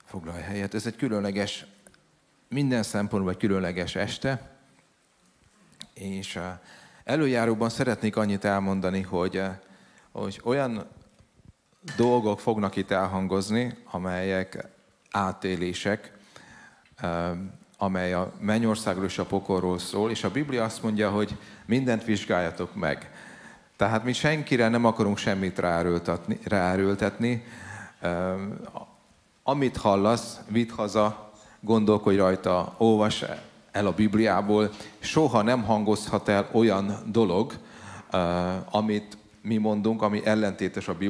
Foglalj helyet. Ez egy különleges, minden szempontból különleges este, és előjáróban szeretnék annyit elmondani, hogy olyan dolgok fognak itt elhangozni, amelyek átélések, amely a mennyországról és a pokolról szól, és a Biblia azt mondja, hogy mindent vizsgáljatok meg. Tehát mi senkire nem akarunk semmit ráerőltetni. Amit hallasz, vidd haza, gondolkodj rajta, olvasd el a Bibliából. Soha nem hangozhat el olyan dolog, amit mi mondunk, ami ellentétes a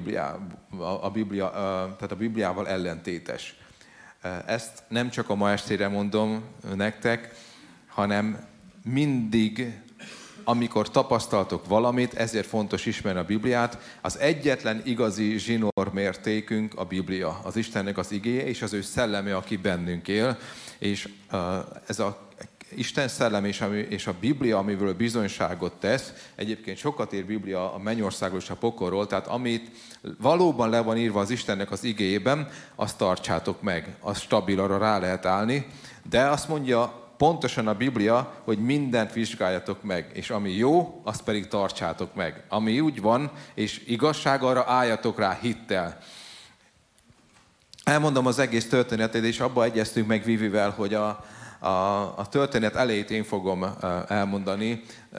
Bibliával ellentétes. Ezt nem csak a ma estére mondom nektek, hanem mindig, amikor tapasztaltok valamit, ezért fontos ismerni a Bibliát. Az egyetlen igazi zsinórmértékünk a Biblia, az Istennek az igéje és az ő szelleme, aki bennünk él. És ez a Isten szellem és a Biblia, amiről bizonyságot tesz, egyébként sokat ér Biblia a mennyországról és a pokolról, tehát amit valóban le van írva az Istennek az igéjében, azt tartsátok meg, az stabil, arra rá lehet állni, de azt mondja pontosan a Biblia, hogy mindent vizsgáljatok meg, és ami jó, azt pedig tartsátok meg. Ami úgy van, és igazság, arra álljatok rá hittel. Elmondom az egész történetet, és abba egyeztünk meg Vivivel, hogy a történet elejét én fogom elmondani.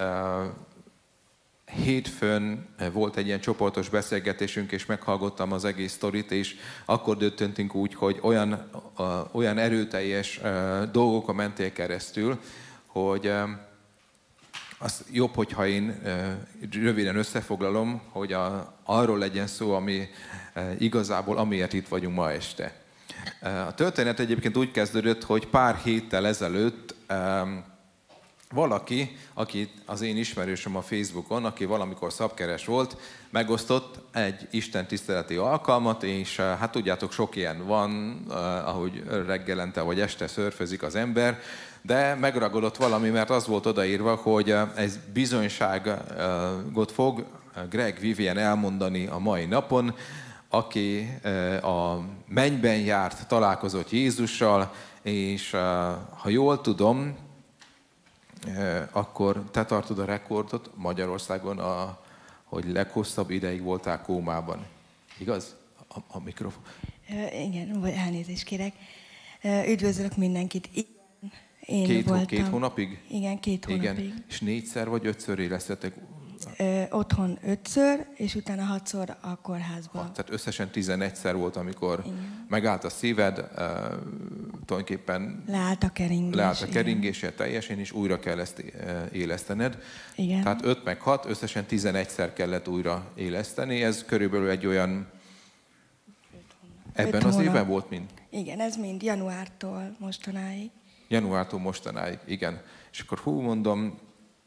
Hétfőn volt egy ilyen csoportos beszélgetésünk, és meghallgattam az egész sztorit, és akkor döntöttünk úgy, hogy olyan erőteljes dolgokon mentél keresztül, hogy az jobb, hogyha én röviden összefoglalom, hogy arról legyen szó, ami igazából amiért itt vagyunk ma este. A történet egyébként úgy kezdődött, hogy pár héttel ezelőtt valaki, aki az én ismerősöm a Facebookon, aki valamikor szabkeres volt, megosztott egy istentiszteleti alkalmat, és hát tudjátok, sok ilyen van, ahogy reggelente vagy este szörfözik az ember, de megragadott valami, mert az volt odaírva, hogy ez bizonyságot fog Greg Vivian elmondani a mai napon, aki a mennyben járt, találkozott Jézussal, és ha jól tudom, akkor te tartod a rekordot Magyarországon, hogy leghosszabb ideig voltál kómában. Igaz? A mikrofon. Igen, vagy elnézést kérek. Üdvözlök mindenkit. Én voltam. 2 hónapig? Igen, 2 hónapig. Igen. És 4-szer vagy 5-ször éreztetek? Otthon 5-ször, és utána 6-szor a kórházban. Tehát összesen 11-szer volt, amikor megállt a szíved, tulajdonképpen leállt a keringése teljesen, és újra kell ezt élesztened. Igen. Tehát 5 meg 6, összesen 11-szer kellett újra éleszteni. Ez körülbelül egy olyan... Ebben az évben volt mind? Igen, ez mind januártól mostanáig. Januártól mostanáig, igen. És akkor mondom,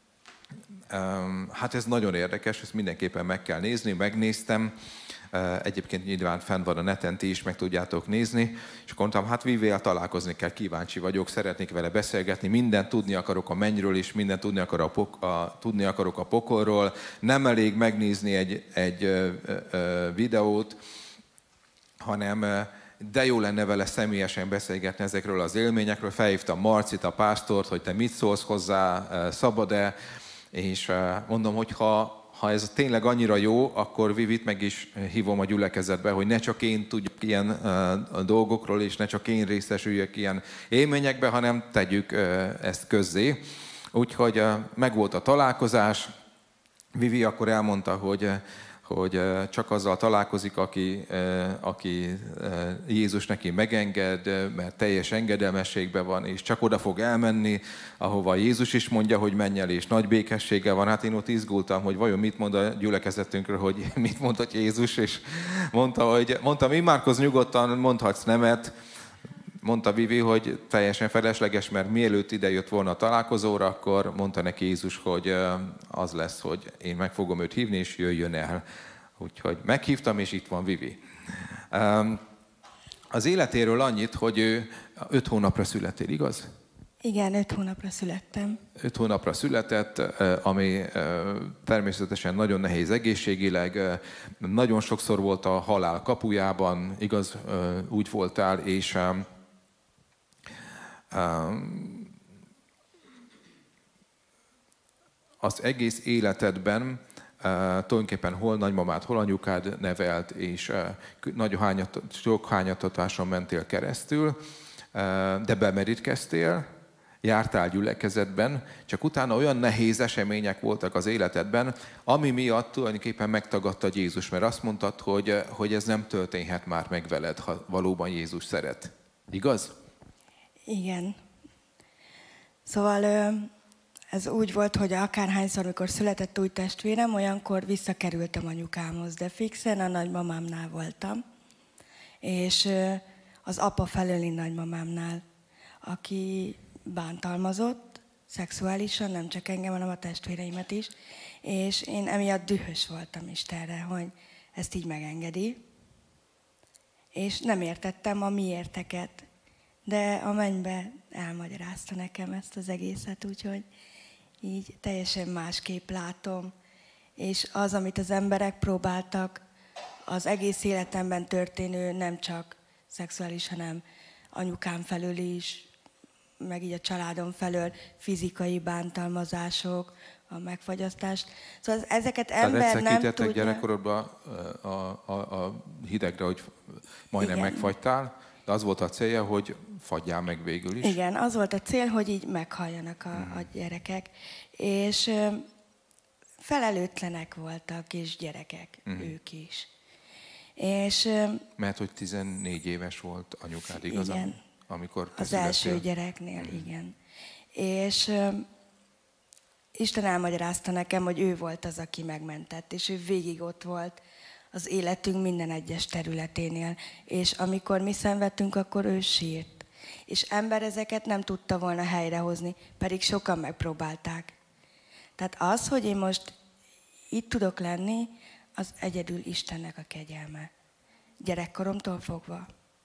hát ez nagyon érdekes, ezt mindenképpen meg kell nézni, megnéztem. Egyébként nyilván fenn van a neten, ti is meg tudjátok nézni. És akkor mondtam, hát Vivivel találkozni kell, kíváncsi vagyok, szeretnék vele beszélgetni, mindent tudni akarok a mennyről is, mindent tudni akarok a pokolról. Nem elég megnézni egy videót, hanem de jó lenne vele személyesen beszélgetni ezekről az élményekről. Felhívtam Marcit, a pásztort, hogy te mit szólsz hozzá, szabad-e, és mondom, hogy ha ez tényleg annyira jó, akkor Vivit meg is hívom a gyülekezetbe, hogy ne csak én tudjak ilyen dolgokról, és ne csak én részesüljek ilyen élményekbe, hanem tegyük ezt közzé. Úgyhogy megvolt a találkozás. Vivi akkor elmondta, hogy csak azzal találkozik, aki Jézus neki megenged, mert teljes engedelmességben van, és csak oda fog elmenni, ahova Jézus is mondja, hogy menj el, és nagy békességgel van. Hát én ott izgultam, hogy vajon mit mond a gyülekezetünkről, hogy mit mondott Jézus, és mondtam, imádkozz nyugodtan, mondhatsz nemet. Mondta Vivi, hogy teljesen felesleges, mert mielőtt ide jött volna a találkozóra, akkor mondta neki Jézus, hogy az lesz, hogy én meg fogom őt hívni, és jöjjön el. Úgyhogy meghívtam, és itt van Vivi. Az életéről annyit, hogy ő 5 hónapra születél, igaz? Igen, 5 hónapra születtem. 5 hónapra született, ami természetesen nagyon nehéz egészségileg. Nagyon sokszor volt a halál kapujában, igaz, úgy voltál, és az egész életedben tulajdonképpen hol nagymamád, hol anyukád nevelt, és sok hányatatáson mentél keresztül, de bemerítkeztél, jártál gyülekezetben, csak utána olyan nehéz események voltak az életedben, ami miatt tulajdonképpen megtagadtad Jézus, mert azt mondtad, hogy ez nem történhet már meg veled, ha valóban Jézus szeret. Igaz? Igen. Szóval ez úgy volt, hogy akárhányszor, amikor született új testvérem, olyankor visszakerültem anyukámhoz, de fixen a nagymamámnál voltam. És az apa felőli nagymamámnál, aki bántalmazott szexuálisan, nem csak engem, hanem a testvéreimet is. És én emiatt dühös voltam Istenre, hogy ezt így megengedi. És nem értettem a miérteket, de a mennybe elmagyarázta nekem ezt az egészet, úgyhogy így teljesen másképp látom. És az, amit az emberek próbáltak, az egész életemben történő, nem csak szexuális, hanem anyukám felől is, meg így a családom felől fizikai bántalmazások, a megfagyasztást. Szóval ezeket ember nem tudja. Gyerekkorodban a hidegre, hogy majdnem Igen. megfagytál, de az volt a célja, hogy fagyjál meg végül is. Igen, az volt a cél, hogy így meghalljanak a gyerekek. És felelőtlenek voltak, és gyerekek, ők is. És, mert hogy 14 éves volt anyukád, igaz? Igen. Amikor az első gyereknél, igen. És Isten elmagyarázta nekem, hogy ő volt az, aki megmentett, és ő végig ott volt az életünk minden egyes területénél. És amikor mi szenvedtünk, akkor ő sírt. És ember ezeket nem tudta volna helyrehozni, pedig sokan megpróbálták. Tehát az, hogy én most itt tudok lenni, az egyedül Istennek a kegyelme. Gyerekkoromtól fogva.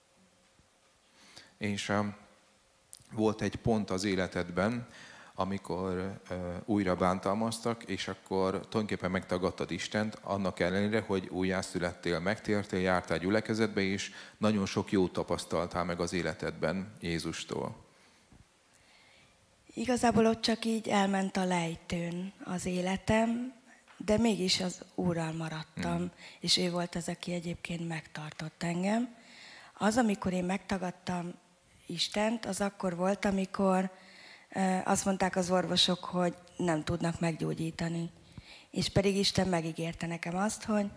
És volt egy pont az életedben, amikor újra bántalmaztak, és akkor tulajdonképpen megtagadtad Istent, annak ellenére, hogy újjászülettél, megtértél, jártál gyülekezetbe, és nagyon sok jót tapasztaltál meg az életedben Jézustól. Igazából ott csak így elment a lejtőn az életem, de mégis az Úrral maradtam, és ő volt az, aki egyébként megtartott engem. Az, amikor én megtagadtam Istent, az akkor volt, amikor azt mondták az orvosok, hogy nem tudnak meggyógyítani. És pedig Isten megígérte nekem azt, hogy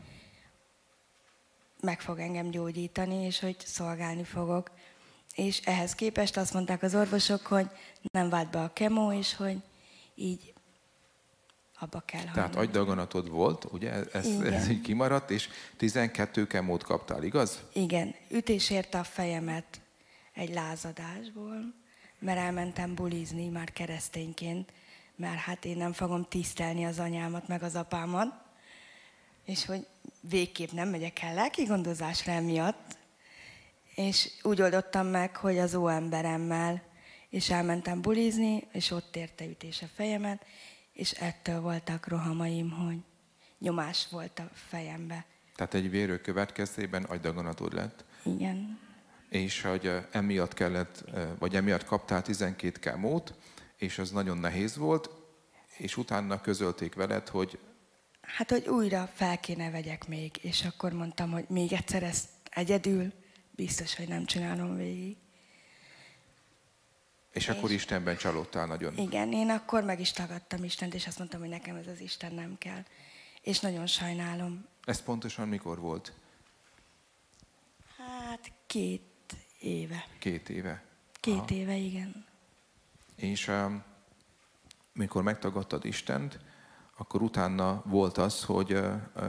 meg fog engem gyógyítani, és hogy szolgálni fogok. És ehhez képest azt mondták az orvosok, hogy nem vált be a kemó, és hogy így abba kell hagyni. Tehát agydaganatod volt, ugye? Ez így kimaradt, és 12 kemót kaptál, igaz? Igen. Ütés érte a fejemet egy lázadásból, mert elmentem bulizni már keresztényként, mert hát én nem fogom tisztelni az anyámat, meg az apámat, és hogy végképp nem megyek el lelkigondozásra emiatt. És úgy oldottam meg, hogy az óemberemmel, és elmentem bulizni, és ott érte ütés a fejemet, és ettől voltak rohamaim, hogy nyomás volt a fejembe. Tehát egy vérő következtében agydaganatod lett. Igen. És hogy emiatt kellett, vagy emiatt kaptál 12 kemót, és az nagyon nehéz volt, és utána közölték veled, hogy... Hát, hogy újra fel kéne vegyek még, és akkor mondtam, hogy még egyszer ezt egyedül, biztos, hogy nem csinálom végig. És akkor Istenben csalódtál nagyon. Igen, én akkor meg is tagadtam Istent, és azt mondtam, hogy nekem ez az Isten nem kell. És nagyon sajnálom. Ez pontosan mikor volt? Hát 2 éve. 2 éve? 2 éve, igen. És mikor megtagadtad Istent, akkor utána volt az, hogy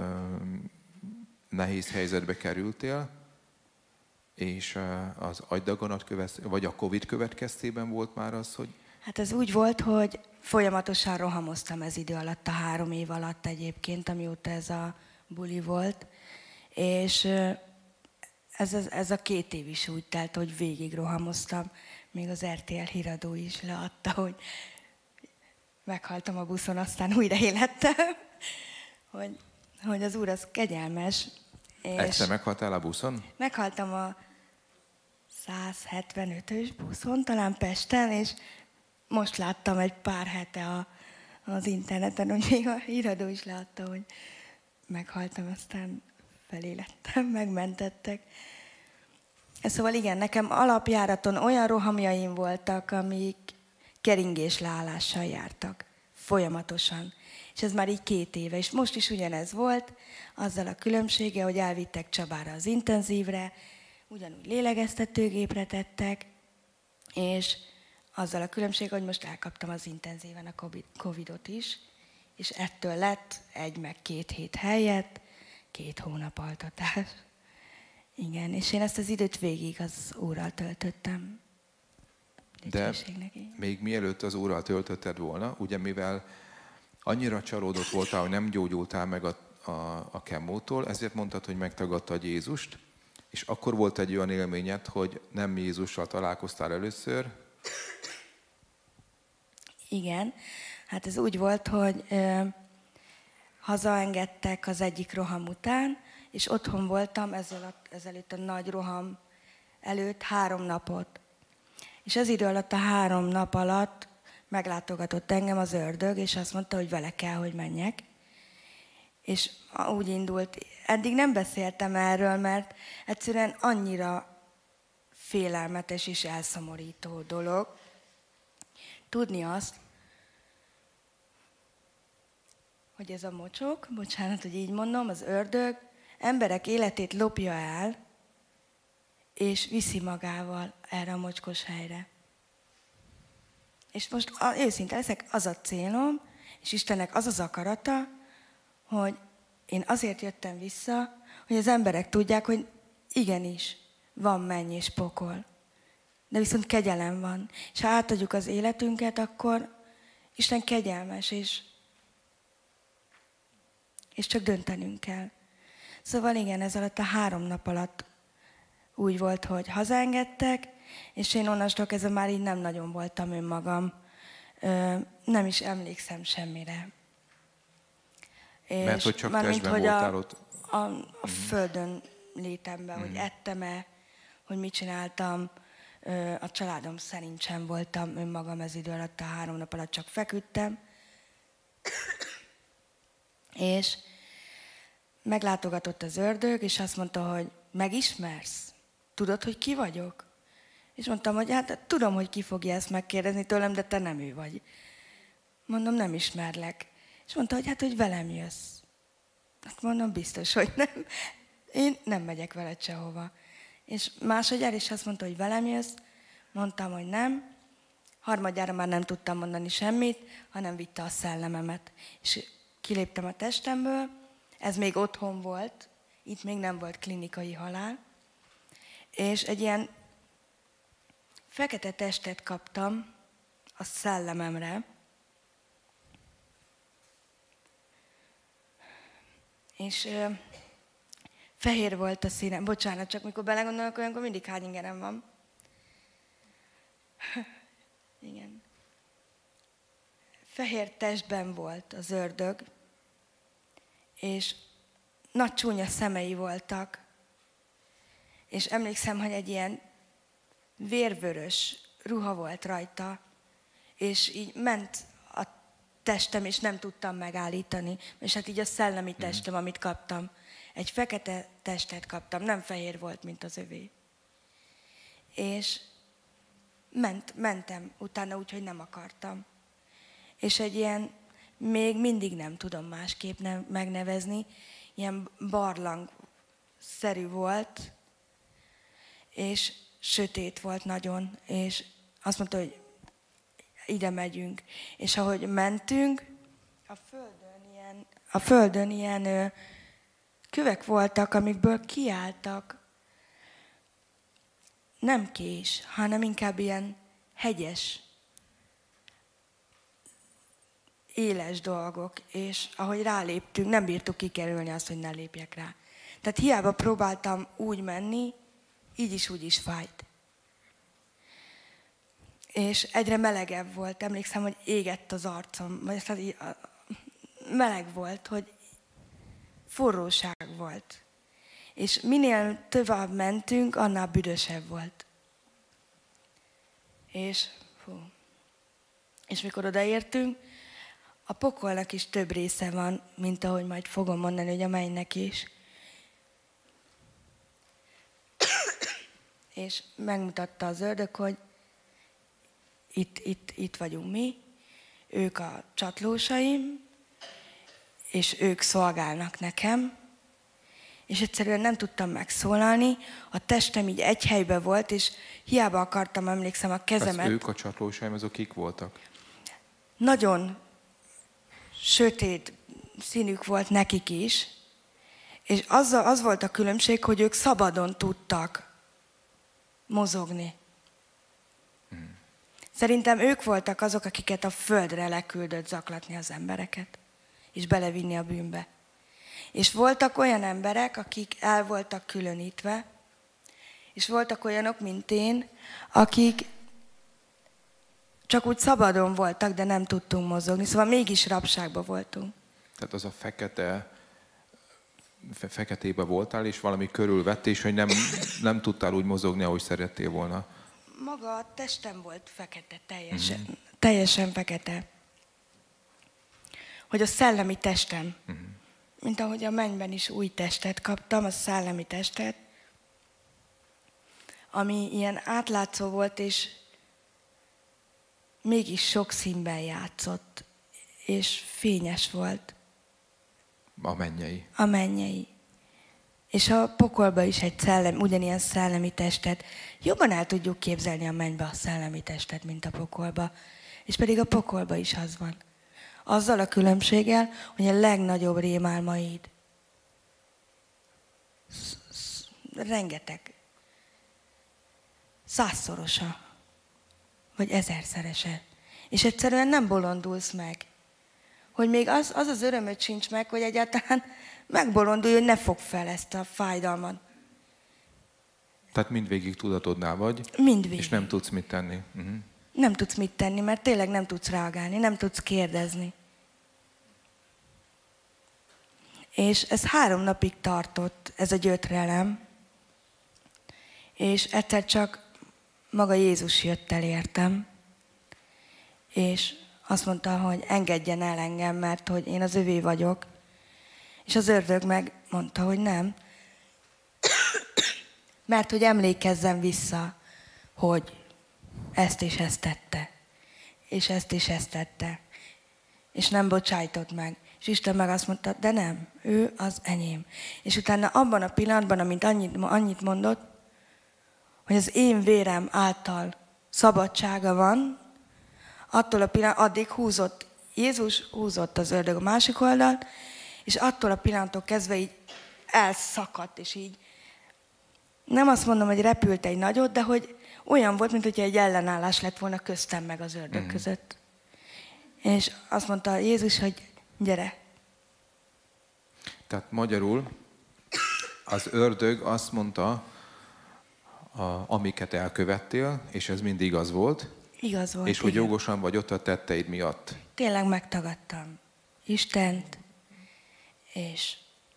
nehéz helyzetbe kerültél, és az agydaganat vagy a Covid következtében volt már az, hogy... Hát ez úgy volt, hogy folyamatosan rohamoztam ez idő alatt, a 3 év alatt egyébként, amióta ez a buli volt, és ez a 2 év is úgy telt, hogy végig rohamoztam, még az RTL híradó is leadta, hogy meghaltam a buszon, aztán újra élettem, hogy az Úr az kegyelmes. Egyszer meghaltál a buszon? Meghaltam a 175-ös buszon, talán Pesten, és most láttam egy pár hete az interneten, hogy még a híradó is leadta, hogy meghaltam, aztán felélettem, megmentettek. Szóval igen, nekem alapjáraton olyan rohamjaim voltak, amik keringésleállással jártak, folyamatosan. És ez már így 2 éve, és most is ugyanez volt, azzal a különbsége, hogy elvittek Csabára az intenzívre, ugyanúgy lélegeztetőgépre tettek, és azzal a különbsége, hogy most elkaptam az intenzíven a Covidot is, és ettől lett 1 meg 2 hét helyett 2 hónap altatás. Igen, és én ezt az időt végig az Úrral töltöttem. De még mielőtt az Úrral töltötted volna, ugye mivel annyira csalódott voltál, hogy nem gyógyultál meg a kemótól, ezért mondtad, hogy megtagadtad Jézust, és akkor volt egy olyan élményed, hogy nem Jézussal találkoztál először. Igen, hát ez úgy volt, hogy hazaengedtek az egyik roham után, és otthon voltam ezelőtt a nagy roham előtt 3 napot. És ez idő alatt a 3 nap alatt meglátogatott engem az ördög, és azt mondta, hogy vele kell, hogy menjek. És úgy indult, eddig nem beszéltem erről, mert egyszerűen annyira félelmetes és elszomorító dolog tudni azt, hogy ez a mocsok, bocsánat, hogy így mondom, az ördög emberek életét lopja el, és viszi magával erre a mocskos helyre. És most őszinte leszek, az a célom, és Istennek az az akarata, hogy én azért jöttem vissza, hogy az emberek tudják, hogy igenis, van menny és pokol. De viszont kegyelem van. És ha átadjuk az életünket, akkor Isten kegyelmes, és csak döntenünk kell. Szóval igen, ez alatt a 3 nap alatt úgy volt, hogy hazaengedtek, és én onnastól kezdve már így nem nagyon voltam önmagam. Nem is emlékszem semmire. Mert hogy csak testben voltál ott? A földön létemben, hogy ettem-e, hogy mit csináltam. A családom szerint sem voltam önmagam ez idő alatt, a 3 nap alatt csak feküdtem. És meglátogatott az ördög, és azt mondta, hogy megismersz? Tudod, hogy ki vagyok? És mondtam, hogy hát tudom, hogy ki fogja ezt megkérdezni tőlem, de te nem ő vagy. Mondom, nem ismerlek. És mondta, hogy hát, hogy velem jössz. Azt mondom, biztos, hogy nem. Én nem megyek veled sehova. És másodjára is azt mondta, hogy velem jössz. Mondtam, hogy nem. Harmadjára már nem tudtam mondani semmit, hanem vitte a szellememet. És kiléptem a testemből. Ez még otthon volt. Itt még nem volt klinikai halál. És egy ilyen fekete testet kaptam a szellememre. És fehér volt a színe. Bocsánat, csak mikor belegondolok, olyankor mindig hányingerem van. Igen. Fehér testben volt az ördög, és nagy csúnya szemei voltak. És emlékszem, hogy egy ilyen vérvörös ruha volt rajta, és így ment a testem, és nem tudtam megállítani. És hát így a szellemi testem, amit kaptam. Egy fekete testet kaptam, nem fehér volt, mint az övé. És mentem utána úgy, hogy nem akartam. És egy ilyen, még mindig nem tudom másképp megnevezni, ilyen barlangszerű volt, és sötét volt nagyon, és azt mondta, hogy ide megyünk. És ahogy mentünk, a földön ilyen kövek voltak, amikből kiálltak, nem kés, hanem inkább ilyen hegyes, éles dolgok, és ahogy ráléptünk, nem bírtuk kikerülni azt, hogy ne lépjek rá. Tehát hiába próbáltam úgy menni, így is úgy is fájt. és egyre melegebb volt. Emlékszem, hogy égett az arcom, vagy meleg volt, hogy forróság volt. És minél tovább mentünk, annál büdösebb volt. És mikor odaértünk, a pokolnak is több része van, mint ahogy majd fogom mondani, hogy a mennynek is. És megmutatta az ördög, hogy itt vagyunk mi, ők a csatlósaim, és ők szolgálnak nekem, és egyszerűen nem tudtam megszólalni, a testem így egy helyben volt, és hiába akartam, emlékszem, a kezemet... Ők a csatlósaim, azok kik voltak? Nagyon sötét színük volt nekik is, és az volt a különbség, hogy ők szabadon tudtak mozogni. Szerintem ők voltak azok, akiket a földre leküldött zaklatni az embereket, és belevinni a bűnbe. És voltak olyan emberek, akik el voltak különítve, és voltak olyanok, mint én, akik csak úgy szabadon voltak, de nem tudtunk mozogni. Szóval mégis rabságban voltunk. Tehát az a feketébe voltál, és valami körülvett, és hogy nem tudtál úgy mozogni, ahogy szerettél volna. Maga a testem volt fekete, teljesen fekete. Hogy a szellemi testem, mint ahogy a mennyben is új testet kaptam, a szellemi testet, ami ilyen átlátszó volt, és mégis sok színben játszott, és fényes volt. A mennyei. A mennyei. És a pokolba is egy ugyanilyen szellemi testet. Jobban el tudjuk képzelni a mennybe a szellemi testet, mint a pokolba. És pedig a pokolba is az van. Azzal a különbséggel, hogy a legnagyobb rémálmaid. Rengeteg. 100-szorosa. Vagy 1000-szerese. És egyszerűen nem bolondulsz meg. Hogy még az örömöd sincs meg, hogy egyáltalán megbolondulj, hogy ne fog fel ezt a fájdalmat. Tehát mindvégig tudatodnál vagy, Mindvégig. És nem tudsz mit tenni. Nem tudsz mit tenni, mert tényleg nem tudsz reagálni, nem tudsz kérdezni. És ez 3 napig tartott, ez a gyötrelem. És egyszer csak maga Jézus jött el értem, és azt mondta, hogy engedjen el engem, mert hogy én az övé vagyok. És az ördög meg mondta, hogy nem. Mert hogy emlékezzen vissza, hogy ezt és ezt tette. És ezt és ezt tette. És nem bocsájtott meg. És Isten meg azt mondta, de nem, ő az enyém. És utána abban a pillanatban, amint annyit mondott, hogy az én vérem által szabadsága van, attól a addig húzott Jézus, húzott az ördög a másik oldalt, és attól a pillanattól kezdve így elszakadt, és így nem azt mondom, hogy repült egy nagyot, de hogy olyan volt, mint hogyha egy ellenállás lett volna köztem meg az ördög között. És azt mondta Jézus, hogy gyere. Tehát magyarul az ördög azt mondta, amiket elkövettél, és ez mindig igaz volt. Igaz volt, és hogy jogosan vagy ott a tetteid miatt. Tényleg megtagadtam Istent, és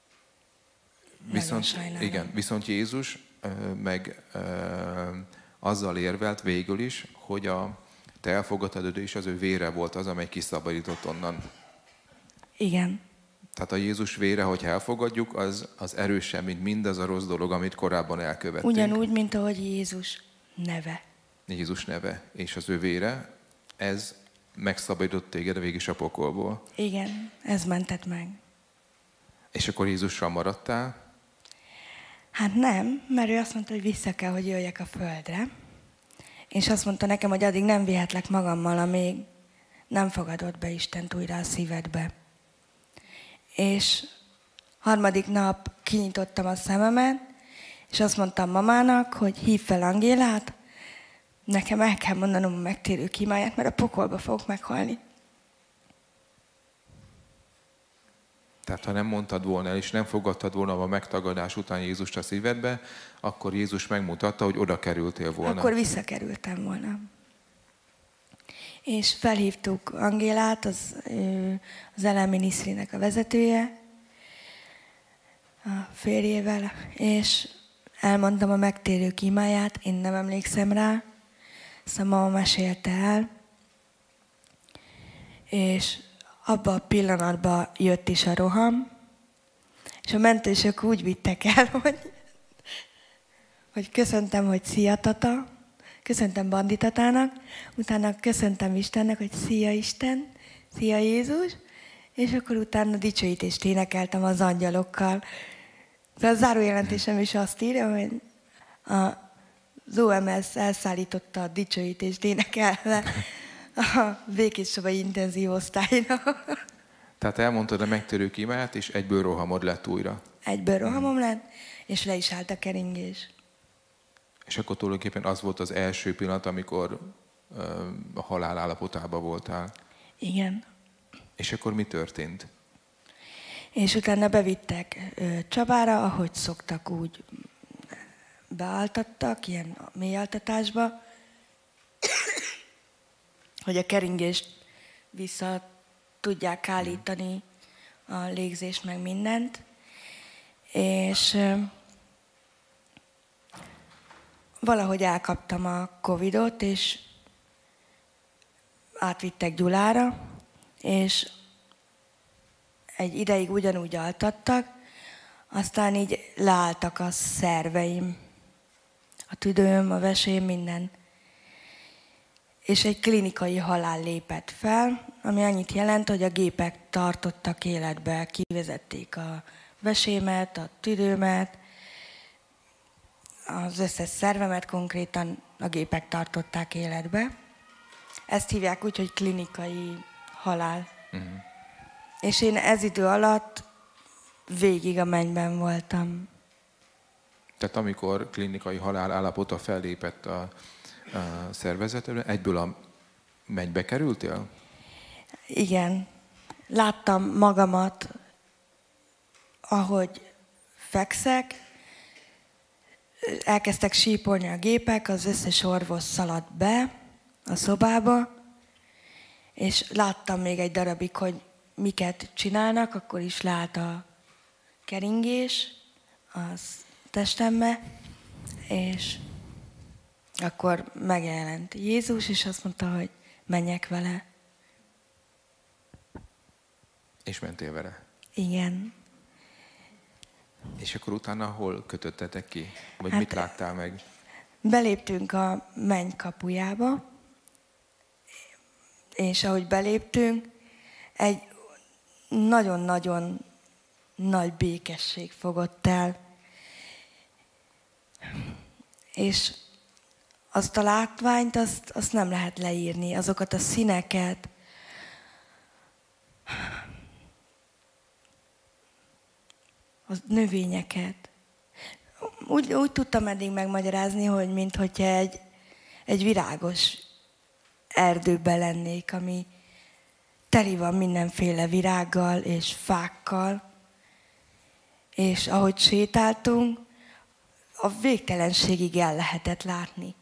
viszont Jézus meg azzal érvelt végül is, hogy a te elfogadtad, és az ő vére volt az, amely kiszabadított onnan. Igen. Tehát a Jézus vére, hogy elfogadjuk, az erősebb, mint mindaz a rossz dolog, amit korábban elkövettünk. Ugyanúgy, mint ahogy Jézus neve. Jézus neve és az ő vére, ez megszabadított téged végig is a pokolból. Igen, ez mentett meg. És akkor Jézussal maradtál? Hát nem, mert ő azt mondta, hogy vissza kell, hogy jöjjek a földre. És azt mondta nekem, hogy addig nem vihetlek magammal, amíg nem fogadod be Istent újra a szívedbe. És 3. nap kinyitottam a szememet, és azt mondtam mamának, hogy hív fel Angélát, nekem el kell mondanom a megtérők imáját, mert a pokolba fogok meghalni. Tehát ha nem mondtad volna el, és nem fogadtad volna a megtagadás után Jézust a szívedbe, akkor Jézus megmutatta, hogy oda kerültél volna. Akkor visszakerültem volna. És felhívtuk Angélát, az Ellen Ministry-nek a vezetője, a férjével, és elmondtam a megtérők imáját, én nem emlékszem rá, ezt a mama mesélte el, és abban a pillanatban jött is a roham, és a mentősök úgy vittek el, hogy köszöntem, hogy szia tata, köszöntem Bandi tatának, utána köszöntem Istennek, hogy szia Isten, szia Jézus, és akkor utána dicsőítést énekeltem az angyalokkal. De a zárójelentésem is azt írja, hogy az OMS elszállította a dicsőítést énekelve a Békéscsabai intenzív osztálynak. Tehát elmondtad a megtérők imáját, és egyből rohamod lett újra. Egyből rohamom lett, és le is állt a keringés. És akkor tulajdonképpen az volt az első pillanat, amikor a halál állapotában voltál. Igen. És akkor mi történt? És utána bevittek Csabára, ahogy szoktak, úgy beáltattak, ilyen mélyáltatásba, hogy a keringést vissza tudják állítani, a légzést, meg mindent. És valahogy elkaptam a Covidot, és átvittek Gyulára, és egy ideig ugyanúgy altattak, aztán így leálltak a szerveim, a tüdőm, a vesém, minden. És egy klinikai halál lépett fel, ami annyit jelent, hogy a gépek tartottak életbe, kivezették a vesémet, a tüdőmet, az összes szervemet konkrétan a gépek tartották életbe. Ezt hívják úgy, hogy klinikai halál. Uh-huh. És én ez idő alatt végig a mennyben voltam. Tehát amikor klinikai halál állapota fellépett a szervezetedben, egyből a mennybe kerültél? Igen. Láttam magamat, ahogy fekszek, elkezdtek sípolni a gépek, az összes orvos szaladt be a szobába, és láttam még egy darabig, hogy miket csinálnak, akkor is leállt a keringés a testembe, és akkor megjelent Jézus, és azt mondta, hogy menjek vele. És mentél vele? Igen. És akkor utána hol kötöttetek ki? Vagy hát mit láttál meg? Beléptünk a menny kapujába, és ahogy beléptünk, egy nagyon-nagyon nagy békesség fogott el. És azt a látványt, azt nem lehet leírni, azokat a színeket, a növényeket. Úgy tudtam eddig megmagyarázni, hogy minthogyha egy virágos erdőben lennék, ami teli van mindenféle virággal és fákkal, és ahogy sétáltunk, a végtelenségig el lehetett látni.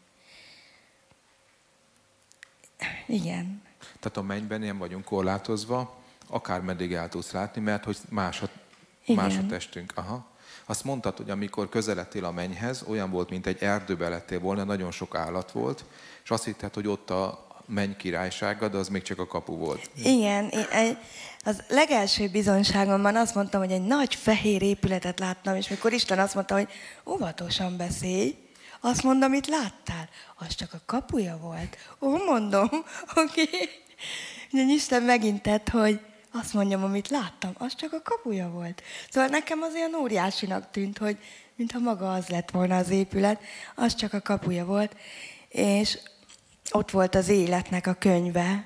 Igen. Tehát a mennyben nem vagyunk korlátozva, akármeddig el tudsz látni, mert hogy más a testünk. Aha. Azt mondtad, hogy amikor közeledtél a mennyhez, olyan volt, mint egy erdőbe lettél volna, nagyon sok állat volt, és azt hitted, hogy ott a menny királysága, de az még csak a kapu volt. Igen. Az legelső bizonyságomban azt mondtam, hogy egy nagy fehér épületet láttam, és mikor Isten azt mondta, hogy óvatosan beszélj, azt mondom, amit láttál, az csak a kapuja volt. Mondom, oké. Ugye Isten megint tett, hogy azt mondjam, amit láttam, az csak a kapuja volt. Szóval nekem az olyan óriásinak tűnt, hogy mintha maga az lett volna az épület, az csak a kapuja volt. És ott volt az életnek a könyve.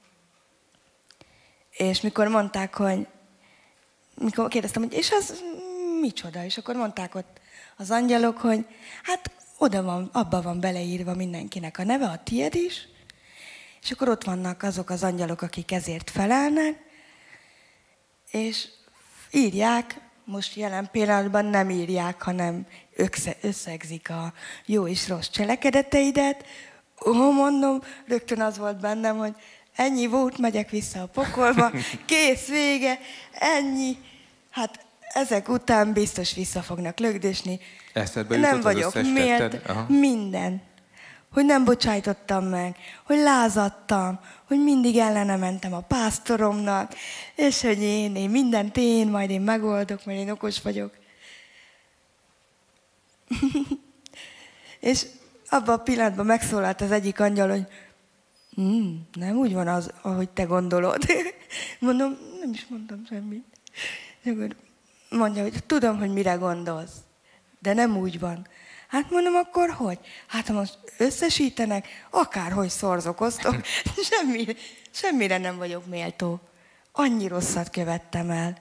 És mikor mondták, mikor kérdeztem, hogy és az micsoda? És akkor mondták ott az angyalok, hogy hát abba van beleírva mindenkinek a neve, a tied is, és akkor ott vannak azok az angyalok, akik ezért felelnek, és írják, most jelen pillanatban nem írják, hanem összegzik a jó és rossz cselekedeteidet, mondom, rögtön az volt bennem, hogy ennyi volt, megyek vissza a pokolba, kész, vége, ennyi. Hát ezek után biztos vissza fognak lögdösni. Eszedbe jutott nem vagyok mélt, minden. Hogy nem bocsájtottam meg, hogy lázadtam, hogy mindig ellene mentem a pásztoromnak, és hogy én mindent majd én megoldok, mert én okos vagyok. És abban a pillanatban megszólalt az egyik angyal, hogy nem úgy van az, ahogy te gondolod. Mondom, nem is mondtam semmit. És akkor mondja, hogy tudom, hogy mire gondolsz, de nem úgy van. Hát mondom, akkor hogy? Hát ha most összesítenek, akárhogy szorzokoztok, semmire nem vagyok méltó. Annyi rosszat követtem el.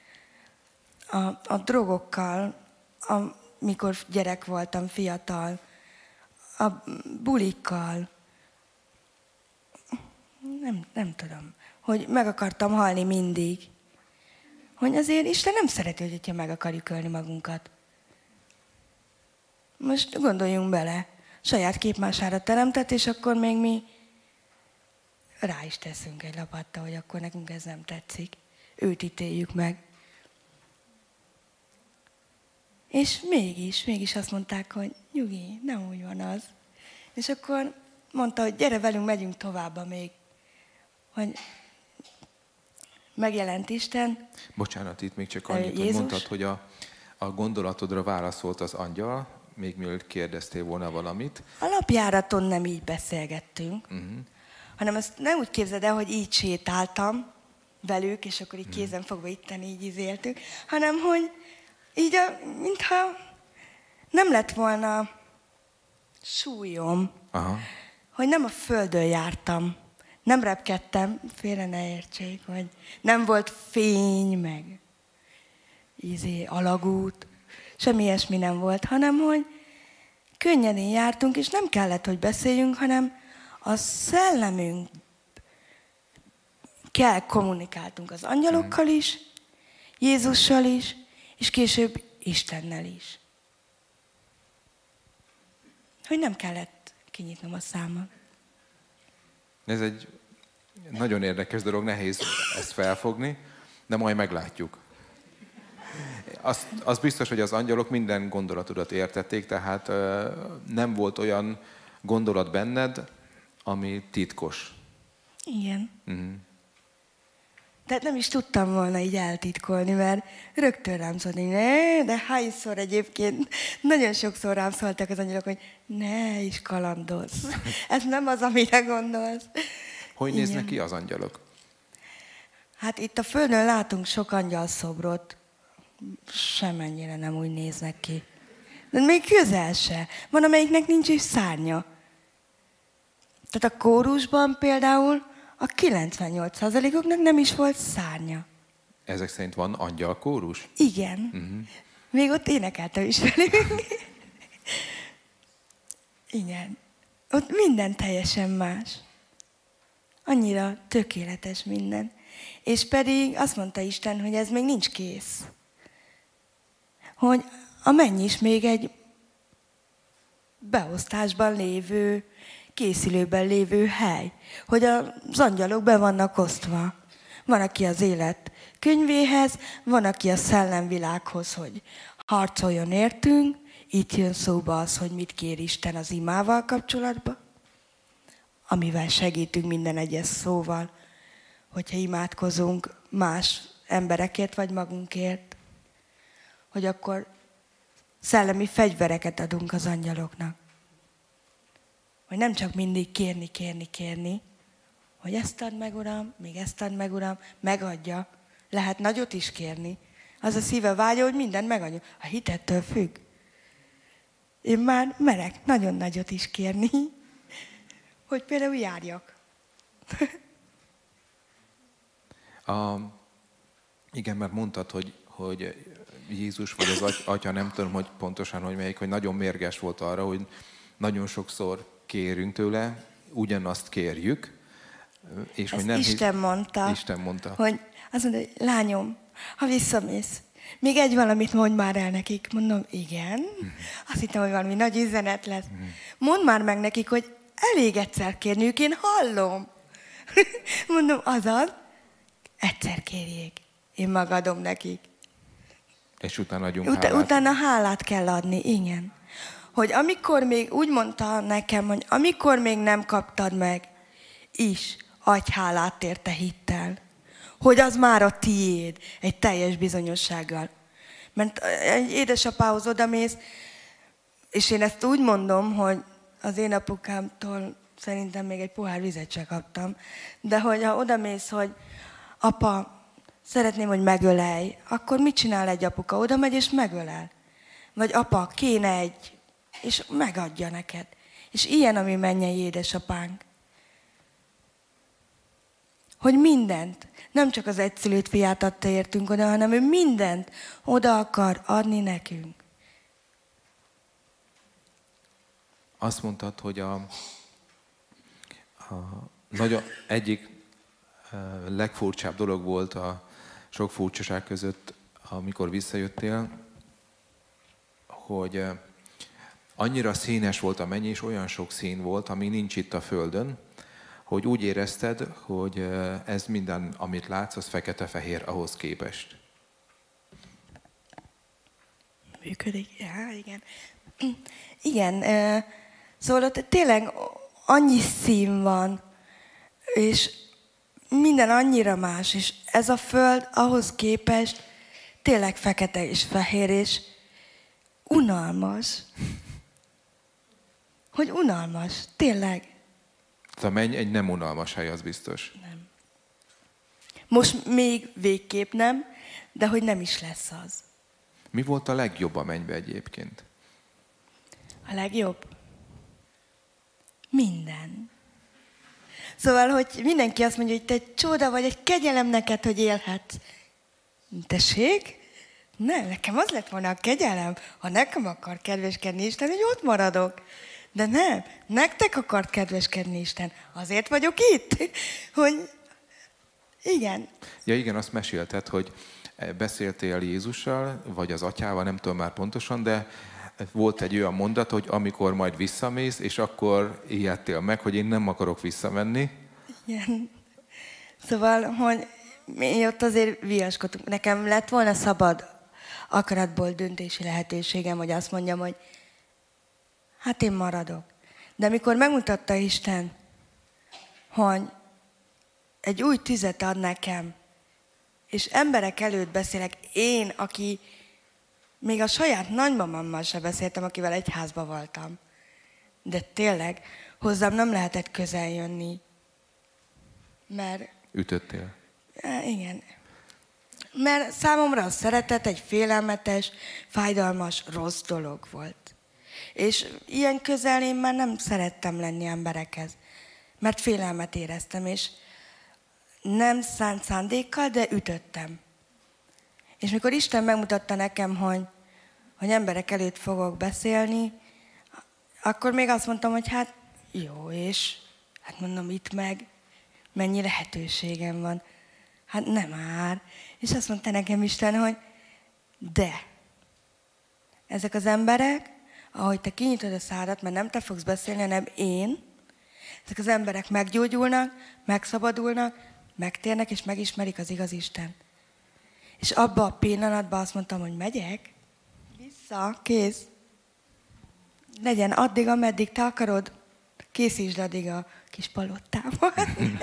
A drogokkal, amikor gyerek voltam, fiatal, a bulikkal, nem tudom, hogy meg akartam halni mindig. Hogy azért Isten nem szereti, hogyha meg akarjuk ölni magunkat. Most gondoljunk bele, saját képmására teremtett, és akkor még mi rá is teszünk egy lapatta, hogy akkor nekünk ez nem tetszik. Őt ítéljük meg. És mégis azt mondták, hogy nyugi, nem úgy van az. És akkor mondta, hogy gyere velünk, megyünk tovább még. Hogy megjelent Isten. Bocsánat, itt még csak annyit, hogy mondtad, hogy a gondolatodra válaszolt az angyal, még mielőtt kérdeztél volna valamit. A lapjáraton nem így beszélgettünk, hanem ezt nem úgy képzeld el, hogy így sétáltam velük, és akkor így kézen fogva itten így izéltük, hanem hogy így, mintha nem lett volna súlyom, hogy nem a földön jártam, nem repkedtem, félre ne értsék, hogy nem volt fény, meg alagút, semmi ilyesmi nem volt, hanem hogy könnyedén jártunk, és nem kellett, hogy beszéljünk, hanem a szellemünk kommunikáltunk az angyalokkal is, Jézussal is, és később Istennel is. Hogy nem kellett kinyitnom a számot. Ez egy nagyon érdekes dolog, nehéz ezt felfogni, de majd meglátjuk. Az biztos, hogy az angyalok minden gondolatodat értették, tehát nem volt olyan gondolat benned, ami titkos. Igen. Tehát nem is tudtam volna így eltitkolni, mert rögtön rám szólt, hogy ne, de hányszor egyébként, nagyon sokszor rám szóltak az angyalok, hogy ne is kalandozz. Ez nem az, amire gondolsz. Hogy néznek ki az angyalok? Hát itt a Földön látunk sok angyalszobrot, semennyire nem úgy néznek ki. De még közel se. Van, amelyiknek nincs is szárnya. Tehát a kórusban például a 98%-oknak nem is volt szárnya. Ezek szerint van angyalkórus? Igen. Még ott énekeltem is velünk. Igen. Ott minden teljesen más. Annyira tökéletes minden. És pedig azt mondta Isten, hogy ez még nincs kész. Hogy a menny is még egy beosztásban lévő, készülőben lévő hely. Hogy az angyalok be vannak osztva. Van, aki az élet könyvéhez, van, aki a szellemvilághoz, hogy harcoljon értünk. Itt jön szóba az, hogy mit kér Isten az imával kapcsolatban, amivel segítünk minden egyes szóval, hogyha imádkozunk más emberekért vagy magunkért, hogy akkor szellemi fegyvereket adunk az angyaloknak. Hogy nem csak mindig kérni, hogy ezt add meg, Uram, még ezt add meg, Uram, megadja. Lehet nagyot is kérni. Az a szíve vágya, hogy mindent megadja. A hitettől függ. Én már merek nagyon nagyot is kérni, hogy például járjak. Igen, mert mondtad, hogy Jézus vagy az Atya, nem tudom, hogy pontosan, hogy melyik, hogy nagyon mérges volt arra, hogy nagyon sokszor kérünk tőle, ugyanazt kérjük, és hogy nem Isten mondta. Isten mondta. Hogy azt mondta, hogy lányom, ha visszamész, még egy valamit mondj már el nekik. Mondom, igen. Azt hittem, hogy valami nagy üzenet lesz. Mondd már meg nekik, hogy elég egyszer kérniük, én hallom. Mondom, azaz, egyszer kérjék, én megadom nekik. És utána adjunk hálát. Utána hálát kell adni, igen. Hogy amikor még, úgy mondta nekem, hogy amikor még nem kaptad meg, is adj hálát érte hittel. Hogy az már a tiéd, egy teljes bizonyossággal. Mert egy édesapához odamész, és én ezt úgy mondom, hogy az én apukámtól szerintem még egy pohár vizet sem kaptam, de hogy ha odamész, hogy apa, szeretném, hogy megölelj, akkor mit csinál egy apuka? Oda megy és megölel. Vagy apa, kéne egy, és megadja neked. És ilyen a mi mennyei édesapánk. Hogy mindent, nem csak az egyszülött fiát adta értünk oda, hanem ő mindent oda akar adni nekünk. Azt mondtad, hogy egyik legfurcsább dolog volt a sok furcsaság között, amikor visszajöttél, hogy annyira színes volt a mennyi, és olyan sok szín volt, ami nincs itt a Földön, hogy úgy érezted, hogy ez minden, amit látsz, az fekete-fehér ahhoz képest. Működik? Ja, igen. Igen, szóval ott tényleg annyi szín van, és minden annyira más, és ez a Föld ahhoz képest tényleg fekete és fehér, és unalmas. Hogy unalmas, tényleg. A menny egy nem unalmas hely, az biztos. Nem. Most még végképp nem, de hogy nem is lesz az. Mi volt a legjobb a mennybe egyébként? A legjobb? Minden. Szóval, hogy mindenki azt mondja, hogy te egy csoda vagy, egy kegyelem neked, hogy élhetsz. Tessék? Nem, nekem az lett volna a kegyelem, ha nekem akar kedveskedni Isten, hogy ott maradok. De nem, nektek akart kedveskedni Isten. Azért vagyok itt, hogy igen. Ja igen, azt mesélted, hogy beszéltél Jézussal, vagy az atyával, nem tudom már pontosan, de volt egy olyan mondat, hogy amikor majd visszamész, és akkor ijedtél meg, hogy én nem akarok visszamenni. Igen. Szóval, hogy mi ott azért viaskodtunk. Nekem lett volna szabad akaratból döntési lehetőségem, hogy azt mondjam, hogy hát én maradok. De amikor megmutatta Isten, hogy egy új tüzet ad nekem, és emberek előtt beszélek, én, aki még a saját nagymamámmal sem beszéltem, akivel egy házba voltam. De tényleg, hozzám nem lehetett közel jönni. Mert... Ütöttél? Igen. Mert számomra a szeretet egy félelmetes, fájdalmas, rossz dolog volt. És ilyen közel én már nem szerettem lenni emberekhez. Mert félelmet éreztem, és nem szánt szándékkal, de ütöttem. És mikor Isten megmutatta nekem, hogy emberek előtt fogok beszélni, akkor még azt mondtam, hogy hát jó, és hát mondom, itt meg mennyi lehetőségem van. Hát nem már. És azt mondta nekem Isten, hogy de ezek az emberek, ahogy te kinyitod a szádat, mert nem te fogsz beszélni, hanem én, ezek az emberek meggyógyulnak, megszabadulnak, megtérnek, és megismerik az igaz Isten. És abban a pillanatban azt mondtam, hogy megyek, vissza, kész. Legyen addig, ameddig te akarod, készítsd addig a kis palottával.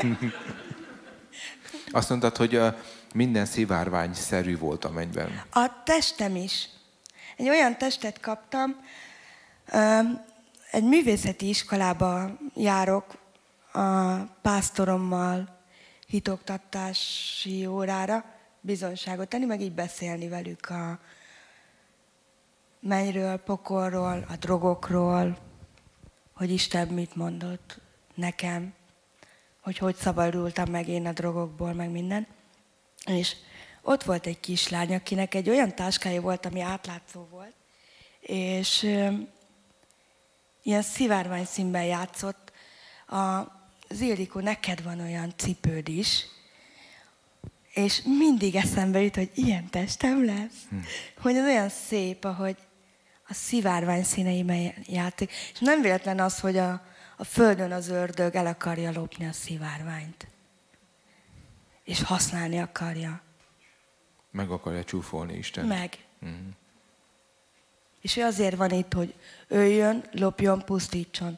Azt mondtad, hogy minden szivárványszerű volt a mennyben. A testem is. Egy olyan testet kaptam, egy művészeti iskolába járok a pásztorommal hitoktatási órára bizonyságot tenni, meg így beszélni velük a mennyről, pokolról, a drogokról, hogy Isten mit mondott nekem, hogy szabadultam meg én a drogokból, meg minden. És ott volt egy kislány, akinek egy olyan táskája volt, ami átlátszó volt, és ilyen szivárvány színben játszott. Az Ildikó, neked van olyan cipőd is, és mindig eszembe jut, hogy ilyen testem lesz. Hogy az olyan szép, ahogy a szivárvány színeiben játszik. És nem véletlen az, hogy a a földön az ördög el akarja lopni a szivárványt. És használni akarja. Meg akarja csúfolni Isten. Meg. És ő azért van itt, hogy öljön, lopjon, pusztítson.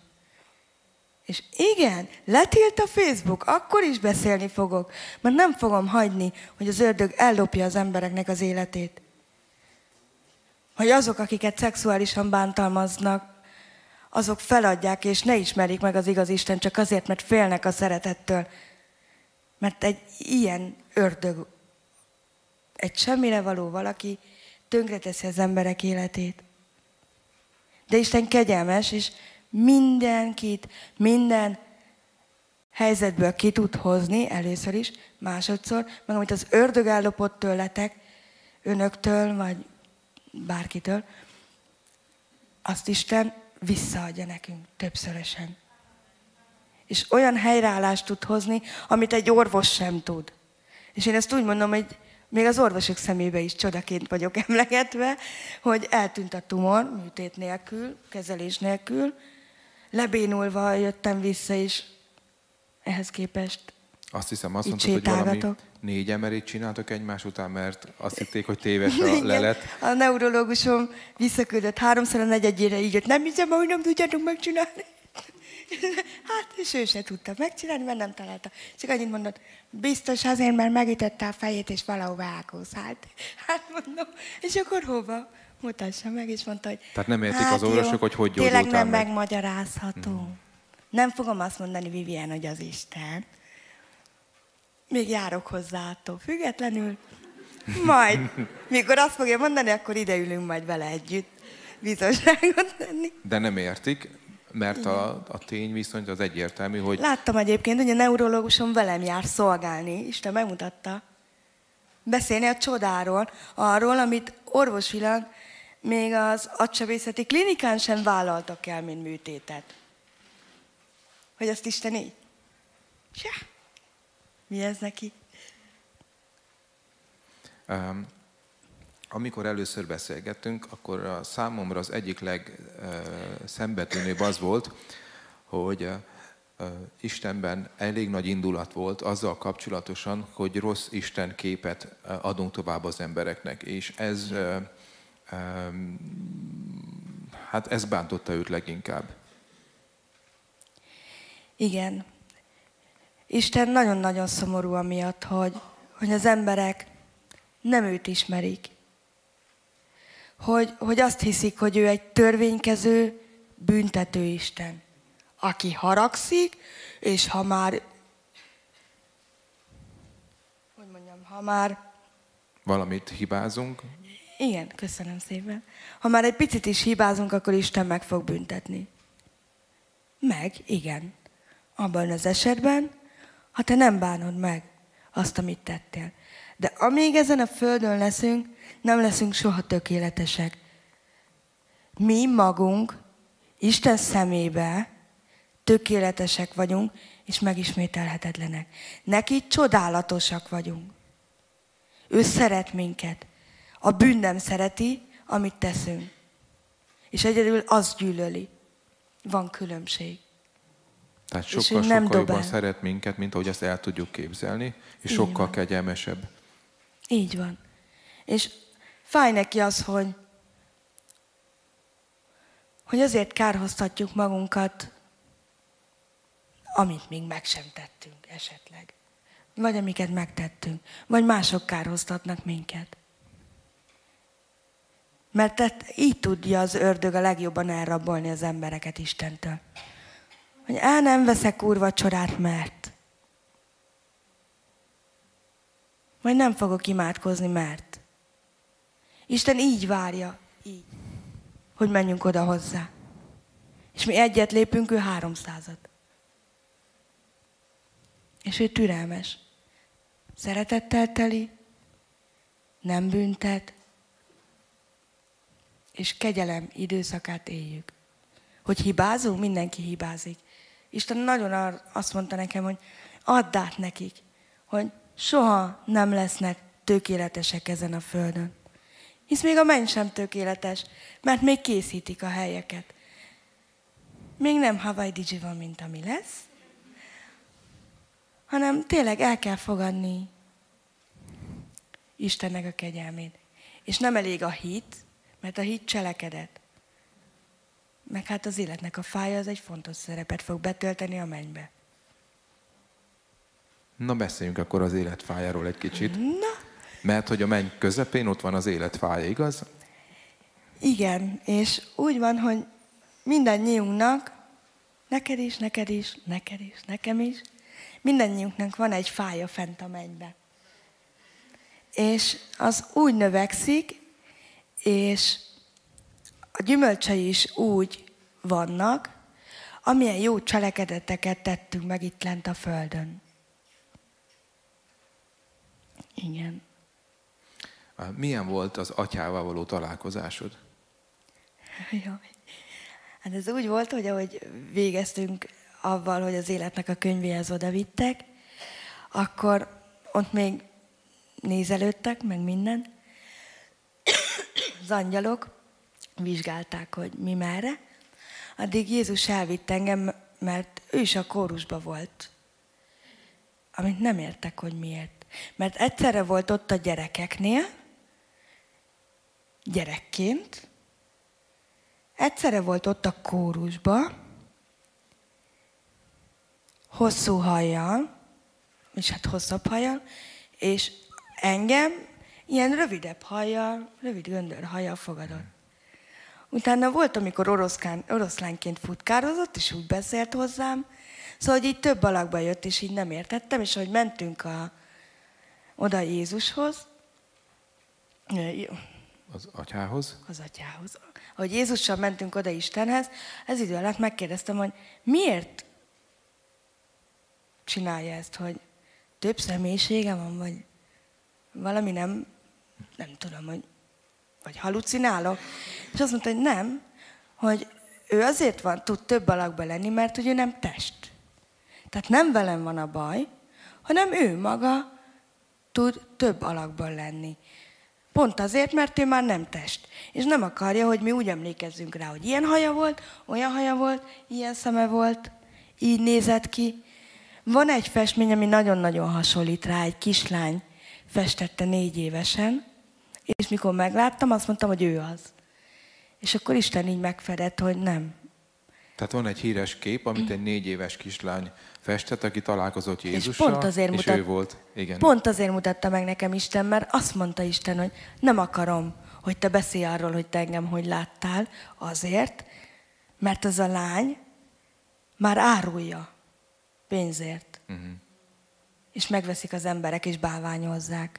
És igen, letilt a Facebook, akkor is beszélni fogok, mert nem fogom hagyni, hogy az ördög ellopja az embereknek az életét. Hogy azok, akiket szexuálisan bántalmaznak, azok feladják, és ne ismerjék meg az igaz Isten csak azért, mert félnek a szeretettől. Mert egy ilyen ördög, egy semmire való valaki tönkreteszi az emberek életét. De Isten kegyelmes, és mindenkit, minden helyzetből ki tud hozni, először is, másodszor, meg amit az ördög ellopott tőletek, önöktől, vagy bárkitől, azt Isten visszaadja nekünk többszörösen. És olyan helyreállást tud hozni, amit egy orvos sem tud. És én ezt úgy mondom, hogy még az orvosok szemébe is csodaként vagyok emlegetve, hogy eltűnt a tumor, műtét nélkül, kezelés nélkül, lebénulva jöttem vissza, és ehhez képest azt hiszem, azt mondtad, hogy valami 4 emelést csináltok egymás után, mert azt hitték, hogy téves a lelet. A neurológusom visszaküldött 3-szor a 4-ére, így jött, nem hiszem, hogy nem tudjátok megcsinálni. Hát, és ő se tudta megcsinálni, mert nem találta. Csak annyit mondott, biztos azért, mert megütötte a fejét, és valahova elkószált. Hát mondom, és akkor hova? Mutassa meg, és mondta, hogy... Tehát nem értik az orvosok, hogy gyógyultál meg. Tényleg nem megmagyarázható. Nem fogom azt mondani, Vivien, hogy az Isten. Még járok hozzá attól függetlenül. Majd, mikor azt fogja mondani, akkor ide ülünk majd vele együtt bizonságot tenni. De nem értik, mert a tény viszont az egyértelmű, hogy... Láttam egyébként, hogy a neurológusom velem jár szolgálni, Isten megmutatta. Beszélni a csodáról, arról, amit orvosilag még az agysebészeti klinikán sem vállaltak el, mint műtétet. Hogy azt Isten így. Ja. Mi ez neki? Amikor először beszélgettünk, akkor a számomra az egyik legszembetűnőbb az volt, hogy Istenben elég nagy indulat volt azzal kapcsolatosan, hogy rossz Isten képet adunk tovább az embereknek. És ez bántotta őt leginkább. Igen. Isten nagyon-nagyon szomorú amiatt, hogy az emberek nem őt ismerik. Hogy azt hiszik, hogy ő egy törvénykező, büntető Isten, aki haragszik, és ha már valamit hibázunk. Igen, köszönöm szépen. Ha már egy picit is hibázunk, akkor Isten meg fog büntetni. Igen. Abban az esetben, ha te nem bánod meg azt, amit tettél. De amíg ezen a földön leszünk, nem leszünk soha tökéletesek. Mi magunk Isten szemébe tökéletesek vagyunk, és megismételhetetlenek. Neki csodálatosak vagyunk. Ő szeret minket. A bűn nem szereti, amit teszünk. És egyedül azt gyűlöli. Van különbség. Tehát sokkal jobban szeret minket, mint ahogy azt el tudjuk képzelni, és így sokkal van. Kegyelmesebb. Így van. És fáj neki az, hogy azért kárhoztatjuk magunkat, amit még meg sem tettünk esetleg. Vagy amiket megtettünk. Vagy mások kárhoztatnak minket. Mert így tudja az ördög a legjobban elrabolni az embereket Istentől. Hogy nem veszek úrvacsorát, mert. Vagy nem fogok imádkozni, mert. Isten így várja, így, hogy menjünk oda hozzá. És mi egyet lépünk, ő 300-at. És ő türelmes. Szeretettel teli, nem büntet, és kegyelem időszakát éljük. Hogy hibázunk, mindenki hibázik. Isten nagyon azt mondta nekem, hogy add át nekik, hogy soha nem lesznek tökéletesek ezen a földön. Hisz még a menny sem tökéletes, mert még készítik a helyeket. még nem Hawaii Digi van, mint ami lesz, hanem tényleg el kell fogadni Istennek a kegyelmét. És nem elég a hit, mert a hit cselekedet. Meg hát az életnek a fája az egy fontos szerepet fog betölteni a mennybe. Na, beszéljünk akkor az életfájáról egy kicsit. Na. Mert hogy a menny közepén ott van az életfája, igaz? Igen, és úgy van, hogy mindannyiunknak, neked is, nekem is, mindannyiunknak van egy fája fent a mennybe. És az úgy növekszik, és a gyümölcsei is úgy vannak, amilyen jó cselekedeteket tettünk meg itt lent a földön. Igen. Milyen volt az atyával való találkozásod? Jaj. Hát ez úgy volt, hogy ahogy végeztünk avval, hogy az életnek a könyvéhez oda vittek, akkor ott még nézelődtek, meg minden. Az angyalok vizsgálták, hogy mi merre. Addig Jézus elvitt engem, mert ő is a kórusba volt. Amit nem értek, hogy miért. Mert egyszerre volt ott a gyerekeknél, gyerekként, egyszerre volt ott a kórusba, hosszú hajjal, és hát hosszabb hajjal, és engem ilyen rövidebb hajjal, rövid göndör hajjal fogadott. Utána volt, amikor oroszlánként futkározott, és úgy beszélt hozzám, szóval hogy így több alakba jött, és így nem értettem, és ahogy mentünk oda Jézushoz, Az atyához? Az atyához. Ahogy Jézussal mentünk oda Istenhez, ez idő alatt megkérdeztem, hogy miért csinálja ezt, hogy több személyisége van, vagy valami nem tudom, hogy vagy halucinálok. És azt mondta, hogy nem, hogy ő azért tud több alakban lenni, mert hogy ő nem test. Tehát nem velem van a baj, hanem ő maga tud több alakban lenni. Pont azért, mert ő már nem test. És nem akarja, hogy mi úgy emlékezzünk rá, hogy ilyen haja volt, olyan haja volt, ilyen szeme volt, így nézett ki. Van egy festmény, ami nagyon-nagyon hasonlít rá, egy kislány festette 4 évesen, és mikor megláttam, azt mondtam, hogy ő az. És akkor Isten így megfedett, hogy nem. Tehát van egy híres kép, amit egy 4 éves kislány festett, aki találkozott Jézussal, és ő volt. Igen. Pont azért mutatta meg nekem Isten, mert azt mondta Isten, hogy nem akarom, hogy te beszélj arról, hogy te engem hogy láttál, azért, mert az a lány már árulja pénzért. És megveszik az emberek, és bálványozzák.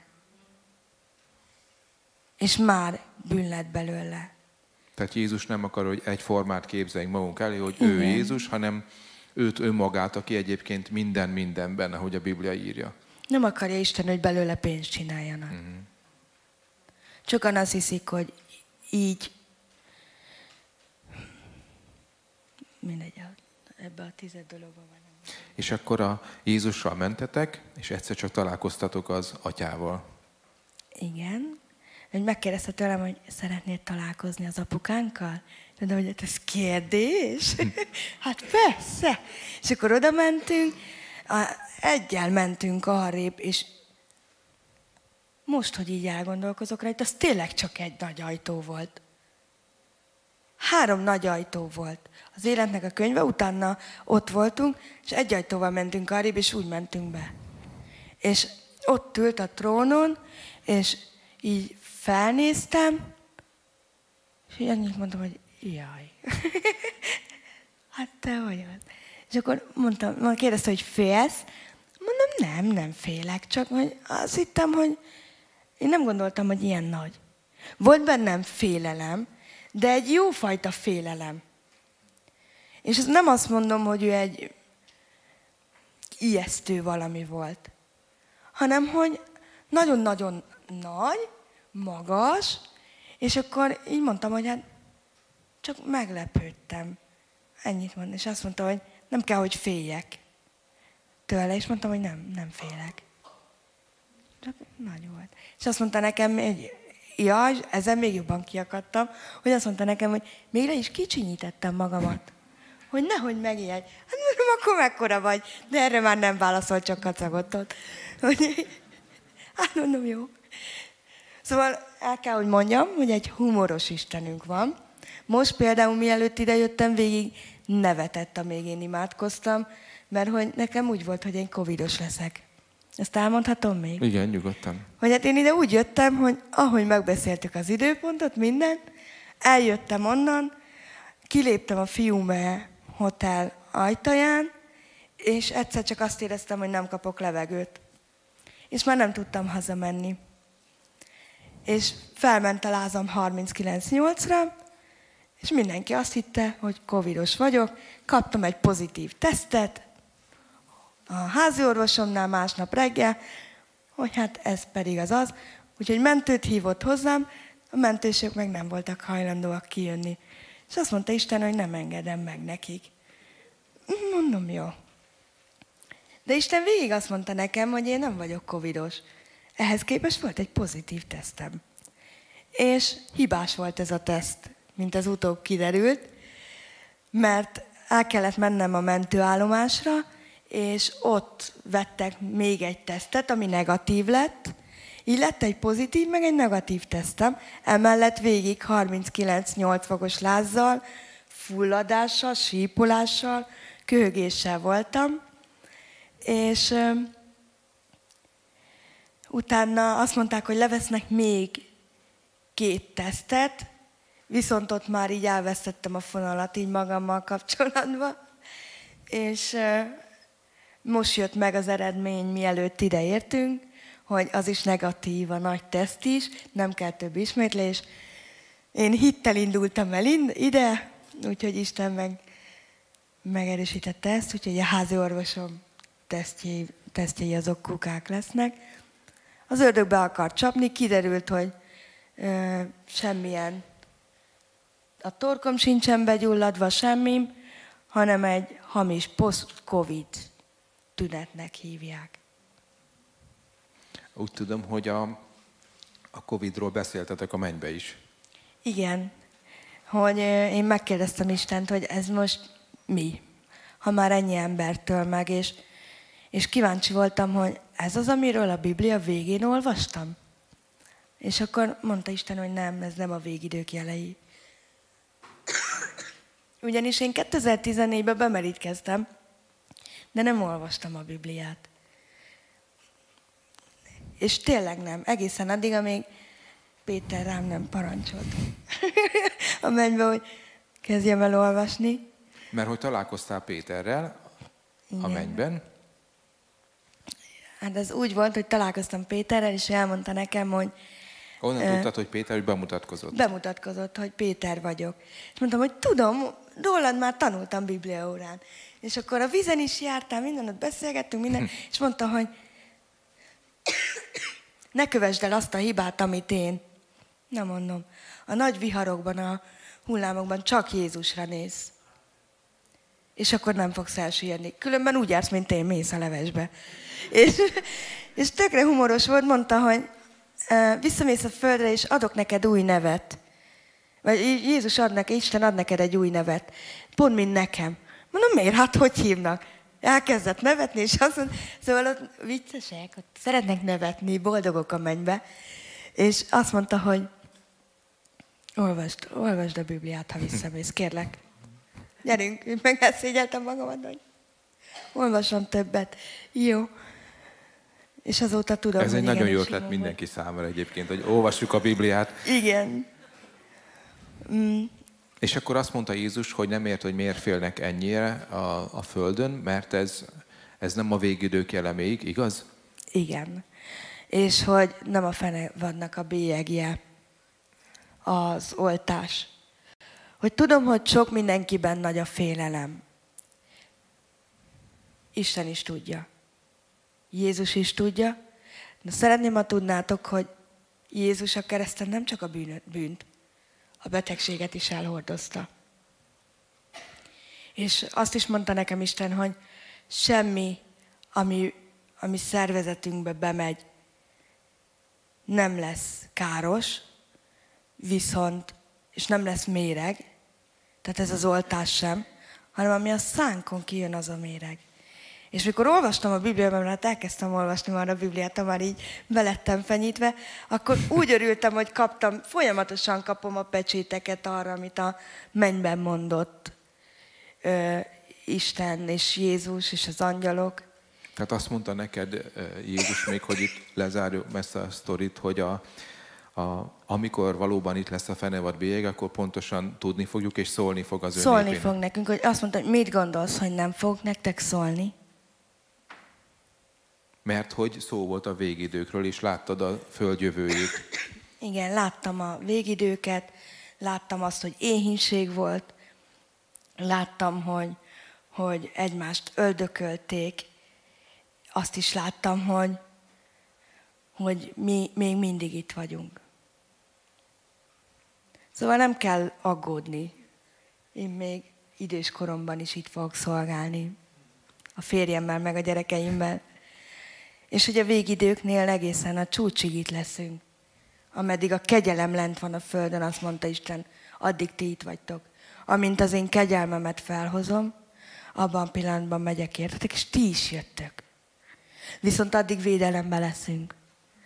És már bűn lett belőle. Tehát Jézus nem akar, hogy egy formát képzeljünk magunk elé, hogy ő Jézus, hanem őt önmagát, aki egyébként mindenben, ahogy a Biblia írja. Nem akarja Isten, hogy belőle pénzt csináljanak. Sokan azt hiszik, hogy így mindegy, ebbe a 10 dologban van. És akkor a Jézussal mentetek, és egyszer csak találkoztatok az atyával. Igen. Hogy megkérdezte tőlem, hogy szeretnéd találkozni az apukánkkal? Mondom, hogy ez kérdés? Hát persze. És akkor oda mentünk, eggyel mentünk arrébb, és most, hogy így elgondolkozok rajta, az tényleg csak egy nagy ajtó volt. 3 nagy ajtó volt. Az életnek a könyve, utána ott voltunk, és egy ajtóval mentünk arrébb, és úgy mentünk be. És ott ült a trónon, és így felnéztem, és így annyit mondtam, hogy jaj. Hát te olyan. És akkor kérdezte, hogy félsz? Mondom, nem félek, csak hogy azt hittem, hogy én nem gondoltam, hogy ilyen nagy. Volt bennem félelem, de egy jófajta félelem. És ezt nem azt mondom, hogy ő egy ijesztő valami volt, hanem hogy nagyon-nagyon nagy, magas, és akkor így mondtam, hogy hát csak meglepődtem. Ennyit mondta, és azt mondta, hogy nem kell, hogy féljek tőle, és mondtam, hogy nem félek. Csak nagy volt. És azt mondta nekem, hogy jaj, ezen még jobban kiakadtam, hogy azt mondta nekem, hogy még le is kicsinyítettem magamat, hogy nehogy megijedj. Hát mondom, akkor mekkora vagy? De erre már nem válaszol, csak kacagottot. Hát mondom, jó. Szóval el kell, hogy mondjam, hogy egy humoros Istenünk van. Most például, mielőtt idejöttem, végig nevetett, amíg én imádkoztam, mert hogy nekem úgy volt, hogy én covidos leszek. Ezt elmondhatom még? Igen, nyugodtan. Hogy hát én ide úgy jöttem, hogy ahogy megbeszéltük az időpontot, mindent, eljöttem onnan, kiléptem a Fiume Hotel ajtaján, és egyszer csak azt éreztem, hogy nem kapok levegőt. És már nem tudtam hazamenni. És felment a lázam 39,8-ra, és mindenki azt hitte, hogy covidos vagyok. Kaptam egy pozitív tesztet a háziorvosomnál másnap reggel, hogy hát ez pedig az. Úgyhogy mentőt hívott hozzám, a mentősök meg nem voltak hajlandóak kijönni. És azt mondta Isten, hogy nem engedem meg nekik. Mondom, jó. De Isten végig azt mondta nekem, hogy én nem vagyok covidos. Ehhez képest volt egy pozitív tesztem. És hibás volt ez a teszt, mint az utóbb kiderült, mert el kellett mennem a mentőállomásra, és ott vettek még egy tesztet, ami negatív lett. Így lett egy pozitív, meg egy negatív tesztem. Emellett végig 39,8 fokos lázzal, fulladással, sípolással, köhögéssel voltam. És utána azt mondták, hogy levesznek még 2 tesztet, viszont ott már így elvesztettem a fonalat így magammal kapcsolatban. És most jött meg az eredmény, mielőtt ide értünk, hogy az is negatív, a nagy teszt is, nem kell több ismétlés. Én hittel indultam el ide, úgyhogy Isten megerősítette ezt, úgyhogy a házi orvosom tesztjei azok kukák lesznek. Az ördög be akar csapni, kiderült, hogy semmilyen, a torkom sincsen begyulladva, semmi, hanem egy hamis post-covid tünetnek hívják. Úgy tudom, hogy a Covid-ról beszéltetek a mennybe is. Igen, hogy én megkérdeztem Istent, hogy ez most mi, ha már ennyi embertől meg, és kíváncsi voltam, hogy ez az, amiről a Biblia végén olvastam. És akkor mondta Isten, hogy nem, ez nem a végidők jelei. Ugyanis én 2014-ben bemerítkeztem, de nem olvastam a Bibliát. És tényleg nem. Egészen addig, amíg Péter rám nem parancsolt a mennybe, hogy kezdjem el olvasni. Mert hogy találkoztál Péterrel a mennyben. Hát ez úgy volt, hogy találkoztam Péterrel, és elmondta nekem, hogy... Onnan tudtad, hogy Péter, hogy bemutatkozott. Bemutatkozott, hogy Péter vagyok. És mondtam, hogy tudom, rólad már tanultam bibliaórán. És akkor a vízen is jártál, mindent beszélgettünk, minden, és mondta, hogy ne kövesd el azt a hibát, amit én. Na mondom, a nagy viharokban, a hullámokban csak Jézusra néz. És akkor nem fogsz elsüllyedni. Különben úgy jársz, mint én, mész a levesbe. És tökre humoros volt, mondta, hogy visszamész a földre, és adok neked új nevet. Vagy Jézus Isten ad neked egy új nevet. Pont, mint nekem. Mondom, miért? Hát hogy hívnak? Elkezdett nevetni, és azt mondta, szóval ott viccesek, ott szeretnek nevetni, boldogok a mennybe. És azt mondta, hogy olvasd a Bibliát, ha visszamész, kérlek. Gyerünk, én meg elszégyeltem magamat, hogy olvasom többet. Jó. És azóta tudom, ez hogy egy nagyon jó ötlet ötlet mindenki számára egyébként, hogy olvassuk a Bibliát. Igen. És akkor azt mondta Jézus, hogy nem ért, hogy miért félnek ennyire a Földön, mert ez nem a végidők jele még, igaz? Igen. És hogy nem a fene vannak a bélyegje, az oltás. Hogy tudom, hogy sok mindenkiben nagy a félelem. Isten is tudja. Jézus is tudja. De szeretném, ha tudnátok, hogy Jézus a kereszten nem csak a bűnt, a betegséget is elhordozta. És azt is mondta nekem Isten, hogy semmi, ami szervezetünkbe bemegy, nem lesz káros, viszont, és nem lesz méreg, tehát ez az oltás sem, hanem ami a szánkon kijön, az a méreg. És mikor olvastam a Bibliában, mert hát elkezdtem olvasni már a Bibliát, már így belettem fenyítve, akkor úgy örültem, hogy folyamatosan kapom a pecséteket arra, amit a mennyben mondott Isten és Jézus és az angyalok. Tehát azt mondta neked Jézus még, hogy itt lezárjuk ezt a sztorit, hogy amikor valóban itt lesz a fenevad bélyeg, akkor pontosan tudni fogjuk, és szólni fog az ő Szólni népének. fog nekünk, hogy azt mondta, hogy mit gondolsz, hogy nem fog nektek szólni? Mert hogy szó volt a végidőkről, és láttad a föld jövőjét. Igen, láttam a végidőket, láttam azt, hogy éhínség volt, láttam, hogy egymást öldökölték, azt is láttam, hogy mi még mindig itt vagyunk. Szóval nem kell aggódni. Én még idős koromban is itt fogok szolgálni. A férjemmel, meg a gyerekeimmel. És hogy a végidőknél egészen a csúcsig itt leszünk. Ameddig a kegyelem lent van a földön, azt mondta Isten, addig ti itt vagytok. Amint az én kegyelmemet felhozom, abban a pillanatban megyek értetek, és ti is jöttök. Viszont addig védelemben leszünk.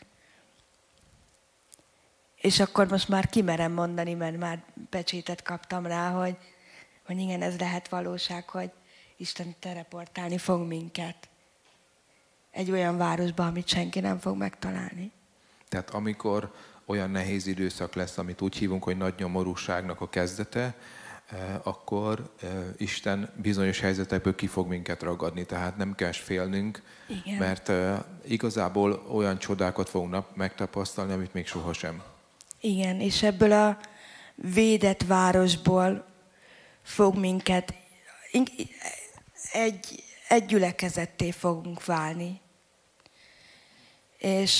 És akkor most már kimerem mondani, mert már pecsétet kaptam rá, hogy igen, ez lehet valóság, hogy Isten teleportálni fog minket. Egy olyan városba, amit senki nem fog megtalálni. Tehát amikor olyan nehéz időszak lesz, amit úgy hívunk, hogy nagy nyomorúságnak a kezdete, akkor Isten bizonyos helyzetekből ki fog minket ragadni, tehát nem kell félnünk, Igen. mert igazából olyan csodákat fogunk megtapasztalni, amit még sohasem. Igen, és ebből a védett városból fog minket, egy gyülekezetté fogunk válni. És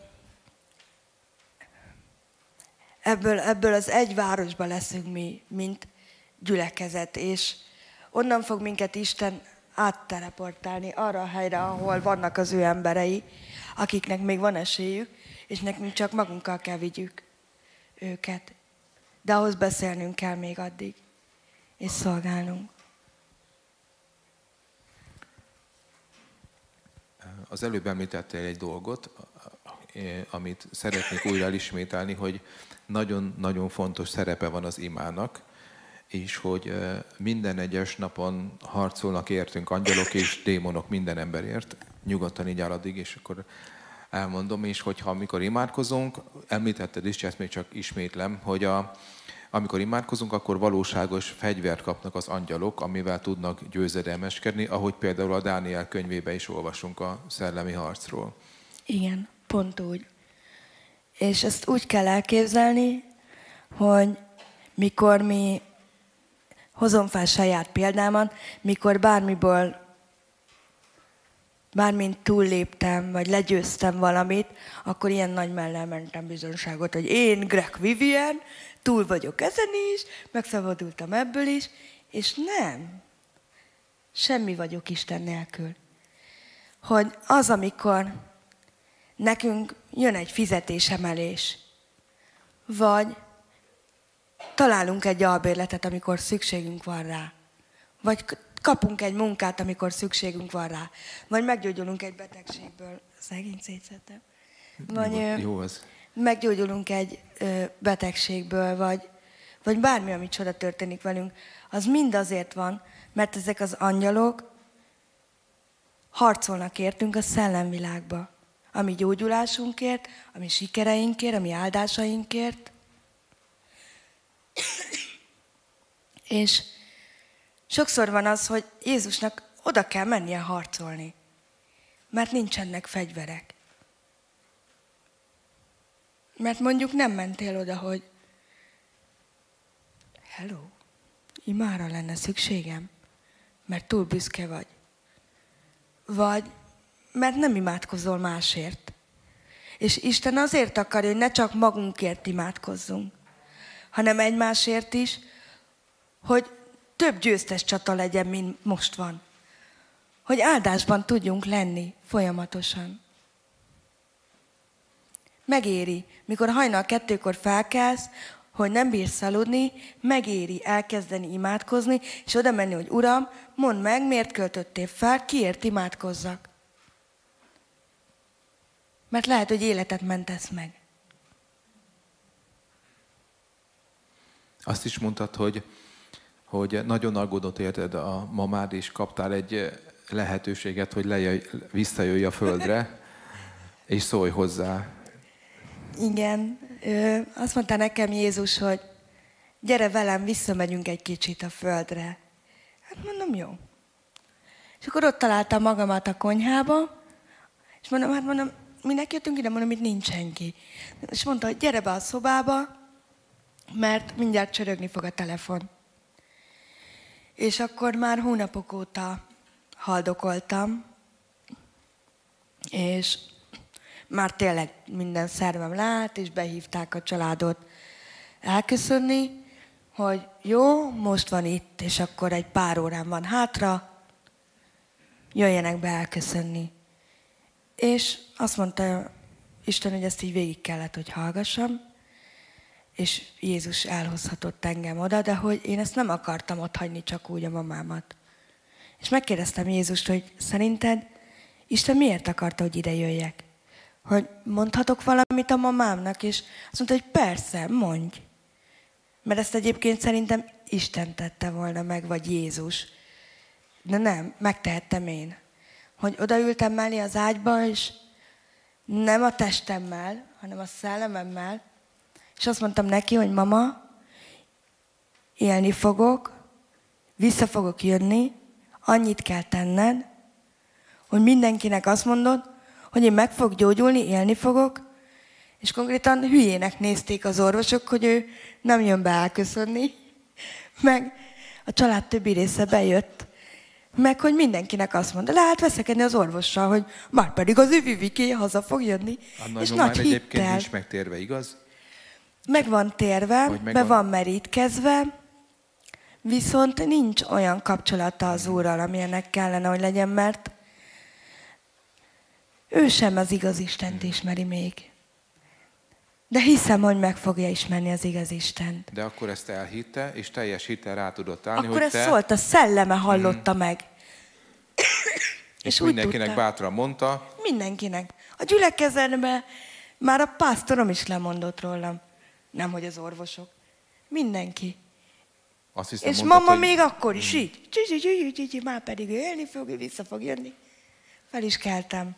ebből az egy városba leszünk mi, mint gyülekezet, és onnan fog minket Isten átteleportálni arra a helyre, ahol vannak az ő emberei, akiknek még van esélyük, és nekünk csak magunkkal kell vigyük őket. De ahhoz beszélnünk kell még addig, és szolgálnunk. Az előbb említettél egy dolgot, amit szeretnék újra elismételni, hogy nagyon-nagyon fontos szerepe van az imának, és hogy minden egyes napon harcolnak értünk angyalok és démonok minden emberért. Nyugodtan így áll addig, és akkor elmondom, és hogyha amikor imádkozunk, említetted is, ezt még csak ismétlem, hogy amikor imádkozunk, akkor valóságos fegyvert kapnak az angyalok, amivel tudnak győzedelmeskedni, ahogy például a Dániel könyvében is olvasunk a szellemi harcról. Igen, pont úgy. És ezt úgy kell elképzelni, hogy mikor hozom fel saját példámat, mikor bármint túlléptem, vagy legyőztem valamit, akkor ilyen nagy mellel mentem bizonságot, hogy én, Greg Vivien, túl vagyok ezen is, megszabadultam ebből is, és nem. Semmi vagyok Isten nélkül. Hogy az, amikor nekünk jön egy fizetésemelés, vagy találunk egy albérletet, amikor szükségünk van rá, vagy kapunk egy munkát, amikor szükségünk van rá, vagy meggyógyulunk egy betegségből, szegény szétszettem, vagy Jó az. meggyógyulunk egy betegségből, vagy bármi, ami csoda történik velünk, az mind azért van, mert ezek az angyalok harcolnak értünk a szellemvilágba. A mi gyógyulásunkért, a mi sikereinkért, a mi áldásainkért. És sokszor van az, hogy Jézusnak oda kell mennie harcolni, mert nincsenek fegyverek. Mert mondjuk nem mentél oda, hogy hello, imára lenne szükségem, mert túl büszke vagy. Vagy mert nem imádkozol másért. És Isten azért akarja, hogy ne csak magunkért imádkozzunk, hanem egymásért is, hogy több győztes csata legyen, mint most van. Hogy áldásban tudjunk lenni folyamatosan. Megéri, mikor hajnal 2-kor felkelsz, hogy nem bírsz aludni, megéri elkezdeni imádkozni, és oda menni, hogy Uram, mondd meg, miért költöttél fel, kiért imádkozzak. Mert lehet, hogy életet mentesz meg. Azt is mondtad, hogy nagyon aggódott érted a mamád, és kaptál egy lehetőséget, hogy visszajöjj a földre, és szólj hozzá. Igen, azt mondta nekem Jézus, hogy gyere velem, visszamegyünk egy kicsit a földre. Hát mondom, jó. És akkor ott találtam magamat a konyhába, és mondom, minek jöttünk ide? Mondom, itt nincs senki. És mondta, hogy gyere be a szobába, mert mindjárt csörögni fog a telefon. És akkor már hónapok óta haldokoltam, és már tényleg minden szervem leállt, és behívták a családot elköszönni, hogy jó, most van itt, és akkor egy pár órán van hátra, jöjjenek be elköszönni. És azt mondta Isten, hogy ezt így végig kellett, hogy hallgassam, és Jézus elhozhatott engem oda, de hogy én ezt nem akartam otthagyni csak úgy a mamámat. És megkérdeztem Jézust, hogy szerinted Isten miért akarta, hogy ide jöjjek? Hogy mondhatok valamit a mamámnak? És azt mondta, hogy persze, mondj. Mert ezt egyébként szerintem Isten tette volna meg, vagy Jézus. De nem, megtehettem én. Hogy odaültem mellé az ágyba, és nem a testemmel, hanem a szellememmel, és azt mondtam neki, hogy mama, élni fogok, vissza fogok jönni, annyit kell tenned, hogy mindenkinek azt mondod, hogy én meg fogok gyógyulni, élni fogok, és konkrétan hülyének nézték az orvosok, hogy ő nem jön be elköszönni, meg a család többi része bejött, meg hogy mindenkinek azt mondta, lehet veszekedni az orvossal, hogy már pedig az ő Viviké haza fog jönni, és nagy hittel. Egyébként nincs megtérve, igaz? Meg van térve, be van merítkezve, viszont nincs olyan kapcsolata az Úrral, amilyennek kellene, hogy legyen, mert ő sem az igaz Istent ismeri még. De hiszem, hogy meg fogja ismerni az igaz Istent. De akkor ezt elhitte, és teljes hittel rá tudott állni, akkor hogy ez szólt, a szelleme hallotta meg. És mindenkinek bátran mondta. Mindenkinek. A gyülekezetben már a pásztorom is lemondott rólam. Nem, hogy az orvosok. Mindenki. Azt hiszem, és mondtad, mama hogy... még akkor is így. Már pedig ő élni fog, ő vissza fog jönni. Fel is keltem.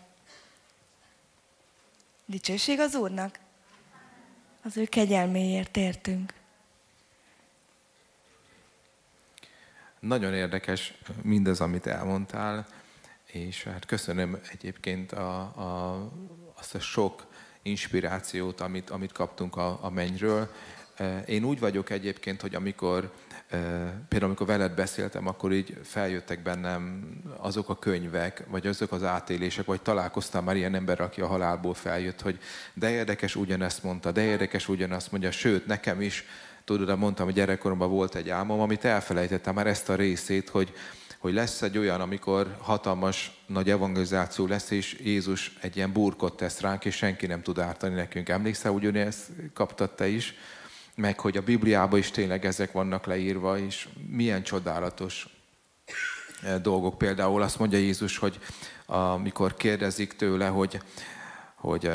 Dicsőség az Úrnak. Az ő kegyelméért értünk. Nagyon érdekes mindez, amit elmondtál, és hát köszönöm egyébként azt a sok inspirációt, amit kaptunk a mennyről. Én úgy vagyok egyébként, hogy például amikor veled beszéltem, akkor így feljöttek bennem azok a könyvek, vagy azok az átélések, vagy találkoztam már ilyen ember, aki a halálból feljött, hogy de érdekes ugyanezt mondta, de érdekes ugyanazt mondja, sőt, nekem is, tudod, mondtam, hogy gyerekkoromban volt egy álmom, amit elfelejtettem már ezt a részét, hogy lesz egy olyan, amikor hatalmas nagy evangelizáció lesz, és Jézus egy ilyen burkot tesz ránk, és senki nem tud ártani nekünk. Emlékszel, ugyanezt kaptad te is? Meg hogy a Bibliában is tényleg ezek vannak leírva, és milyen csodálatos dolgok. Például azt mondja Jézus, hogy amikor kérdezik tőle, hogy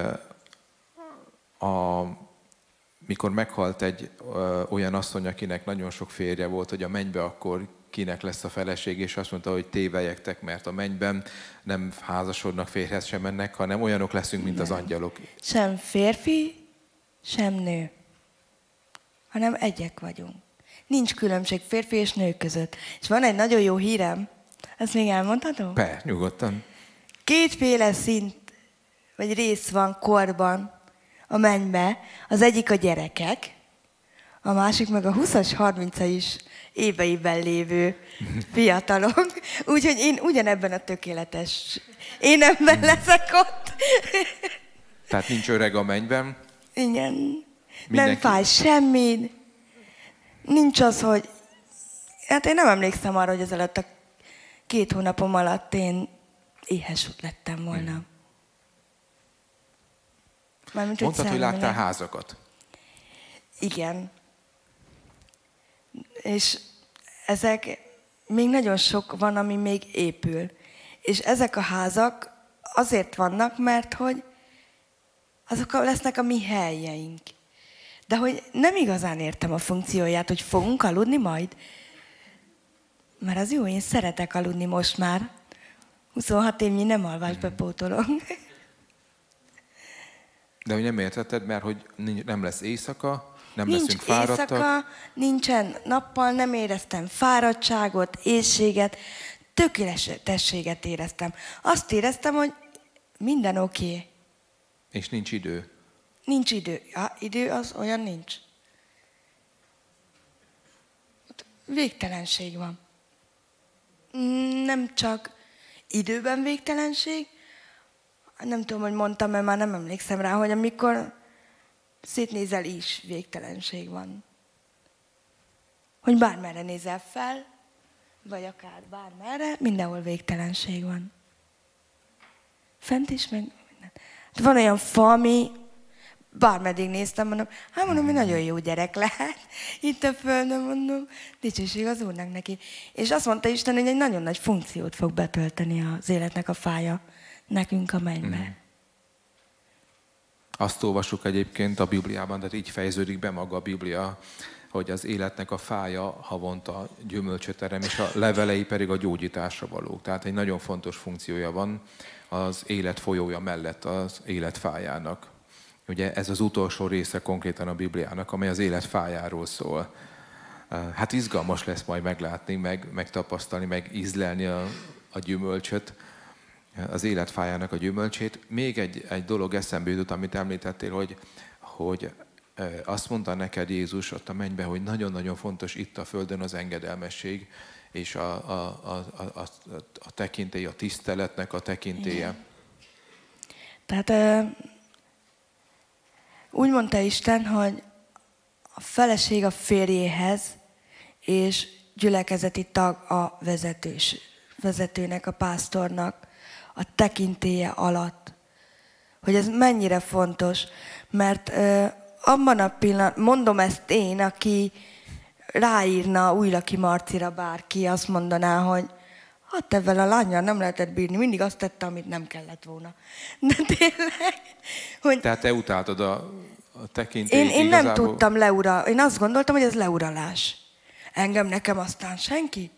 mikor meghalt egy olyan asszony, akinek nagyon sok férje volt, hogy a mennybe akkor kinek lesz a feleség, és azt mondta, hogy tévelyektek, mert a mennyben nem házasodnak, férjhez sem mennek, hanem olyanok leszünk, mint az angyalok. Sem férfi, sem nő, hanem egyek vagyunk. Nincs különbség férfi és nő között. És van egy nagyon jó hírem, ezt még elmondhatom? Persze, nyugodtan. Kétféle szint, vagy rész van korban a mennybe. Az egyik a gyerekek, a másik meg a 20-as, 30-as éveiben lévő fiatalok. Úgyhogy én ugyanebben a tökéletes énemben leszek ott. Tehát nincs öreg a mennyben? Igen. Mindenki... Nem fáj semmi. Nincs az, hogy... Hát én nem emlékszem arra, hogy ezelőtt a 2 hónapom alatt én éhes lettem volna. Mondtad, hogy láttál házakat. Igen. És ezek még nagyon sok van, ami még épül. És ezek a házak azért vannak, mert hogy azok lesznek a mi helyeink. De hogy nem igazán értem a funkcióját, hogy fogunk aludni majd. Mert az jó, én szeretek aludni most már. 26 évnyi nem alvásba pótolom. De hogy nem értetted, mert hogy nem lesz éjszaka, nem Nincs leszünk fáradtak. éjszaka, nincsen nappal, nem éreztem fáradtságot, éhséget, tökéletességet éreztem. Azt éreztem, hogy minden oké. És nincs idő. Nincs idő. Ja, idő az olyan nincs. Végtelenség van. Nem csak időben végtelenség, nem tudom, hogy mondtam, mert már nem emlékszem rá, hogy amikor szétnézel is végtelenség van. Hogy bármerre nézel fel, vagy akár bármerre, mindenhol végtelenség van. Fent is, meg minden. Van olyan fa, ami bármeddig néztem, mondom, hogy nagyon jó gyerek lehet. Itt a földön, mondom, dicsőség az Úrnak neki. És azt mondta Isten, hogy egy nagyon nagy funkciót fog betölteni az életnek a fája nekünk a mennybe. Azt olvasjuk egyébként a Bibliában, de így fejeződik be maga a Biblia, hogy az életnek a fája havonta gyümölcsöt terem, és a levelei pedig a gyógyításra valók. Tehát egy nagyon fontos funkciója van az élet folyója mellett az élet fájának. Ugye ez az utolsó része konkrétan a Bibliának, amely az élet fájáról szól. Hát izgalmas lesz majd meglátni, megtapasztalni, meg ízlelni a gyümölcsöt, az élet fájának a gyümölcsét. Még egy dolog eszembe jutott, amit említettél, hogy azt mondta neked Jézus ott a mennybe, hogy nagyon-nagyon fontos itt a földön az engedelmesség, és a tekintély, a tiszteletnek a tekintélye. Tehát úgy mondta Isten, hogy a feleség a férjéhez, és gyülekezeti tag a vezetőnek, a pásztornak a tekintélye alatt. Hogy ez mennyire fontos, mert abban a pillanatban, mondom ezt én, aki ráírna Újlaki Marcira bárki, azt mondaná, hogy hát ezzel a lánnyal nem lehetett bírni, mindig azt tette, amit nem kellett volna. De tényleg, hogy... Tehát te utáltad a tekintélyt én igazából... nem tudtam leuralni. Én azt gondoltam, hogy ez leuralás. Nekem aztán senki.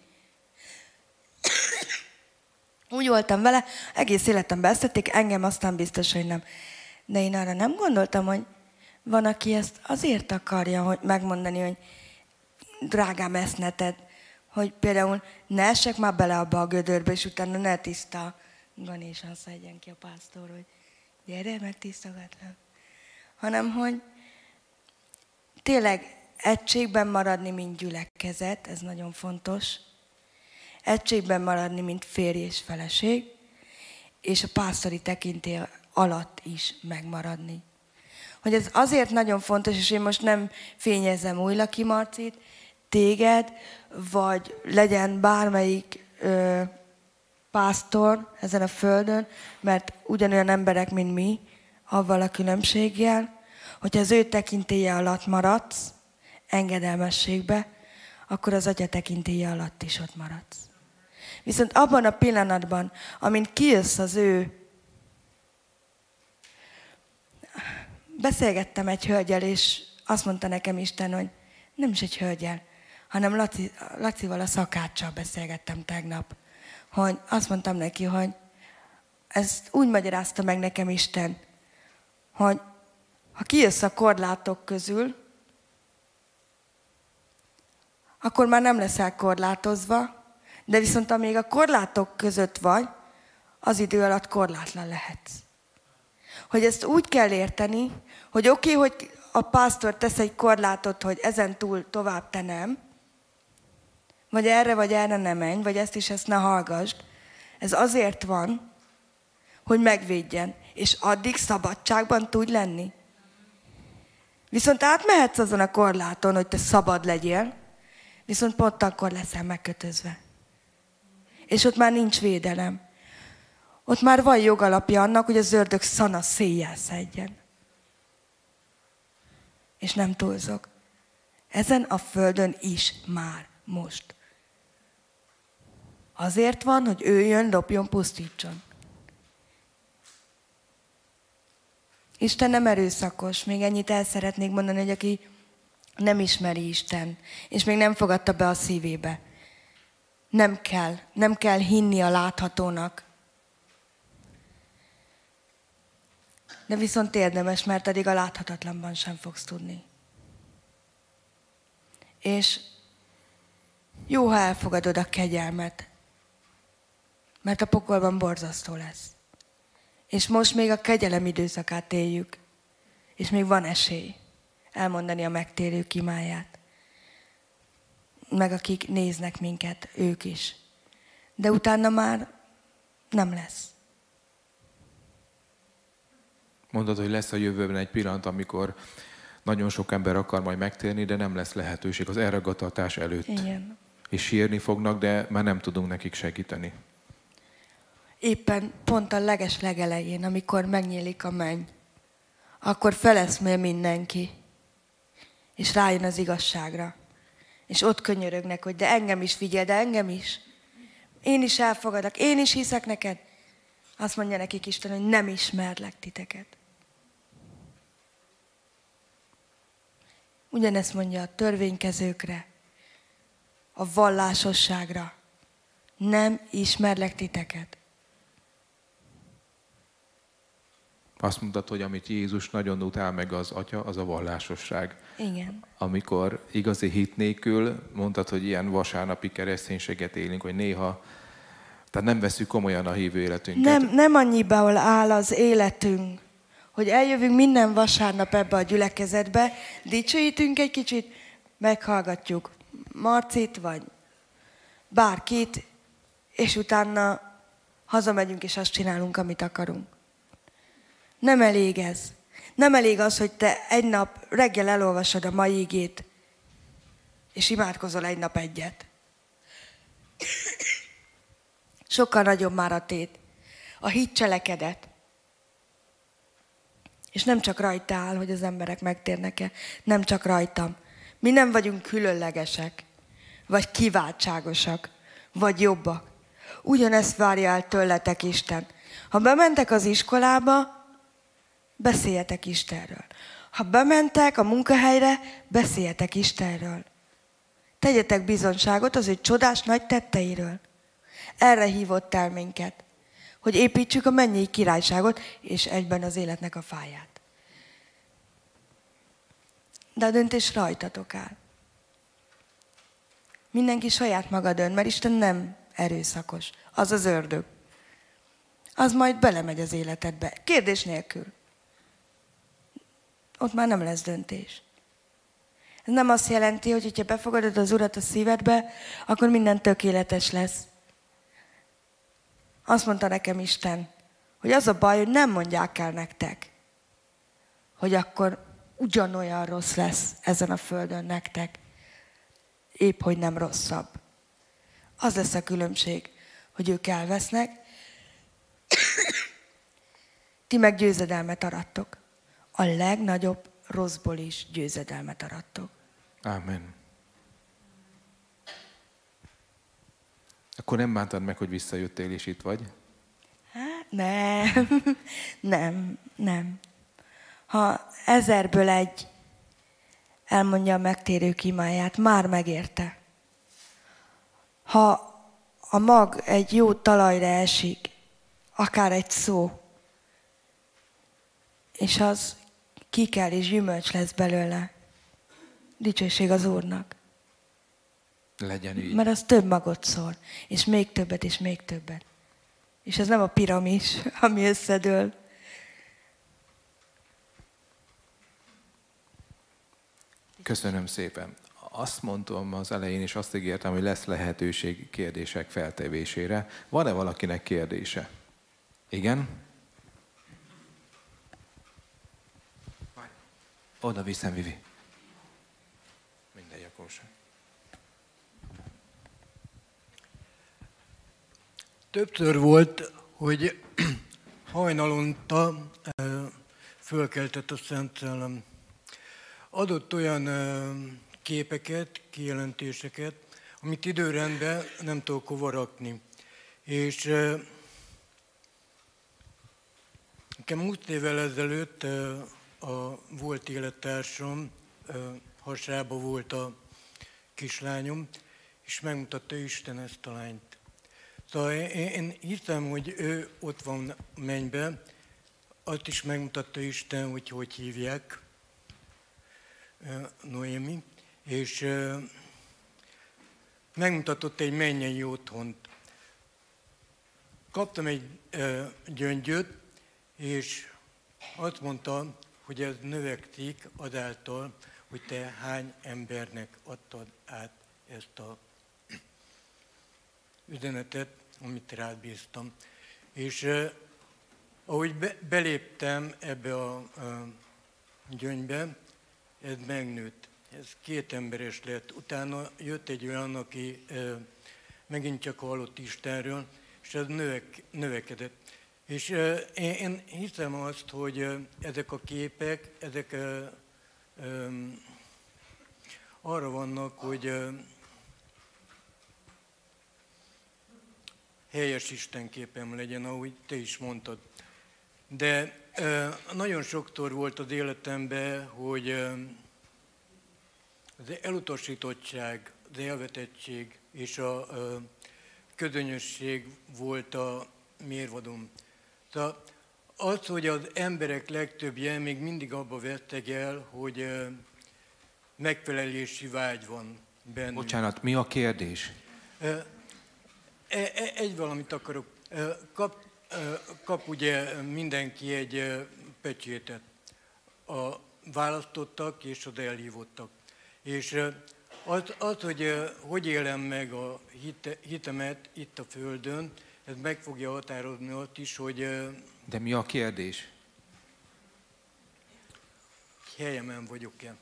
Úgy voltam vele, egész életemben ezt tették, engem aztán biztos, hogy nem. De én arra nem gondoltam, hogy van, aki ezt azért akarja, hogy megmondani, hogy drágám, ezt ne tedd, hogy például ne essek már bele abba a gödörbe, és utána ne tiszta Ganésan szedjen ki a pásztor, hogy gyere, meg tisztogatlak. Hanem, hogy tényleg egységben maradni, mint gyülekezet, ez nagyon fontos. Egységben maradni, mint férj és feleség, és a pásztori tekintély alatt is megmaradni. Hogy ez azért nagyon fontos, és én most nem fényezem Újlaki Marcit, téged, vagy legyen bármelyik pásztor ezen a földön, mert ugyanolyan emberek, mint mi, avval a különbséggel, hogyha az ő tekintélye alatt maradsz, engedelmességbe, akkor az Atya tekintélye alatt is ott maradsz. Viszont abban a pillanatban, amint kijössz az ő... Beszélgettem egy hölgyel, és azt mondta nekem Isten, hogy nem is egy hölgyel, hanem Lacival, a szakáccsal beszélgettem tegnap. Hogy azt mondtam neki, hogy ezt úgy magyarázta meg nekem Isten, hogy ha kijössz a korlátok közül, akkor már nem leszel korlátozva, de viszont amíg a korlátok között vagy, az idő alatt korlátlan lehetsz. Hogy ezt úgy kell érteni, hogy oké, hogy a pásztor tesz egy korlátot, hogy ezen túl tovább te nem, vagy erre ne menj, vagy ezt is ezt ne hallgassd. Ez azért van, hogy megvédjen, és addig szabadságban tudj lenni. Viszont átmehetsz azon a korláton, hogy te szabad legyél, viszont pont akkor leszel megkötözve. És ott már nincs védelem. Ott már van jogalapja annak, hogy az ördög szana széjjel szedjen. És nem túlzok. Ezen a földön is már most. Azért van, hogy ő jön, dobjon, pusztítson. Isten nem erőszakos. Még ennyit el szeretnék mondani, hogy aki nem ismeri Isten, és még nem fogadta be a szívébe, nem kell hinni a láthatónak. De viszont érdemes, mert eddig a láthatatlanban sem fogsz tudni. És jó, ha elfogadod a kegyelmet, mert a pokolban borzasztó lesz. És most még a kegyelem időszakát éljük, és még van esély elmondani a megtérők imáját. Meg akik néznek minket, ők is. De utána már nem lesz. Mondod, hogy lesz a jövőben egy pillanat, amikor nagyon sok ember akar majd megtérni, de nem lesz lehetőség az elragadtatás előtt. Igen. És sírni fognak, de már nem tudunk nekik segíteni. Éppen pont a legelején, amikor megnyílik a menny, akkor feleszmél mindenki, és rájön az igazságra. És ott könyörögnek, hogy de engem is figyelj, de engem is. Én is elfogadok, én is hiszek neked. Azt mondja nekik Isten, hogy nem ismerlek titeket. Ugyanezt mondja a törvénykezőkre, a vallásosságra. Nem ismerlek titeket. Azt mondtad, hogy amit Jézus nagyon utál meg az Atya, az a vallásosság. Igen. Amikor igazi hit nélkül, mondtad, hogy ilyen vasárnapi kereszténységet élünk, hogy néha, tehát nem veszük komolyan a hívő életünket. Nem annyiból áll az életünk, hogy eljövünk minden vasárnap ebbe a gyülekezetbe, dicsőítünk egy kicsit, meghallgatjuk Marcit, vagy bárkit, és utána hazamegyünk, és azt csinálunk, amit akarunk. Nem elég ez. Nem elég az, hogy te egy nap reggel elolvasod a mai igét, és imádkozol egy nap egyet. Sokkal nagyobb már a tét. A hit cselekedet. És nem csak rajta áll, hogy az emberek megtérnek-e, nem csak rajtam. Mi nem vagyunk különlegesek, vagy kiváltságosak, vagy jobbak. Ugyanezt várja el tőletek Isten. Ha bementek az iskolába, beszéljetek Istenről. Ha bementek a munkahelyre, beszéljetek Istenről. Tegyetek bizonyságot az ő csodás nagy tetteiről. Erre hívott el minket, hogy építsük a mennyei királyságot, és egyben az életnek a fáját. De a döntés rajtatok áll. Mindenki saját maga dönt, mert Isten nem erőszakos. Az az ördög. Az majd belemegy az életedbe. Kérdés nélkül. Ott már nem lesz döntés. Ez nem azt jelenti, hogy ha befogadod az Urat a szívedbe, akkor minden tökéletes lesz. Azt mondta nekem Isten, hogy az a baj, hogy nem mondják el nektek, hogy akkor ugyanolyan rossz lesz ezen a földön nektek. Épp, hogy nem rosszabb. Az lesz a különbség, hogy ők elvesznek, ti meg győzedelmet arattok. A legnagyobb rosszból is győzedelmet arattok. Ámen. Akkor nem bántad meg, hogy visszajöttél és itt vagy? Hát nem. Ha 1000-ből egy elmondja a megtérők imáját, már megérte. Ha a mag egy jó talajra esik, akár egy szó, és az kikel és gyümölcs lesz belőle, dicsőség az Úrnak. Legyen így. Mert az több magot szól, és még többet, és még többet. És ez nem a piramis, ami összedől. Köszönöm szépen. Azt mondtam az elején, és azt ígértem, hogy lesz lehetőség kérdések feltevésére. Van-e valakinek kérdése? Igen? Oda viszem, Vivi. Minden Jakósa. Többször volt, hogy hajnalonta fölkeltett a Szent Szellem. Adott olyan képeket, kijelentéseket, amit időrendben nem tudok hova rakni. És nekem 20 évvel ezelőtt a volt élettársam hasába volt a kislányom, és megmutatta Isten ezt a lányt. Szóval én hiszem, hogy ő ott van mennyben, azt is megmutatta Isten, hogy hogy hívják, Noémi, és megmutatott egy mennyei otthont. Kaptam egy gyöngyöt, és azt mondta, hogy ez növekszik azáltal, hogy te hány embernek adtad át ezt a üzenetet, amit rád bíztam. És ahogy beléptem ebbe a gyöngybe, ez megnőtt. Ez 2 emberes lett. Utána jött egy olyan, aki megint csak hallott Istenről, és ez növekedett. És én hiszem azt, hogy ezek a képek, ezek arra vannak, hogy helyes istenképem legyen, ahogy te is mondtad. De nagyon sokszor volt az életemben, hogy az elutasítottság, az elvetettség és a közönösség volt a mérvadom. Tehát az, hogy az emberek legtöbbje még mindig abba vettek el, hogy megfelelési vágy van bennük. Bocsánat, mi a kérdés? Egy valamit akarok. Kap ugye mindenki egy pecsétet. A választottak és az elhívottak. És az, hogy élem meg a hitemet itt a Földön, ez meg fogja határozni azt is, hogy... De mi a kérdés? Helyemen vagyok-e?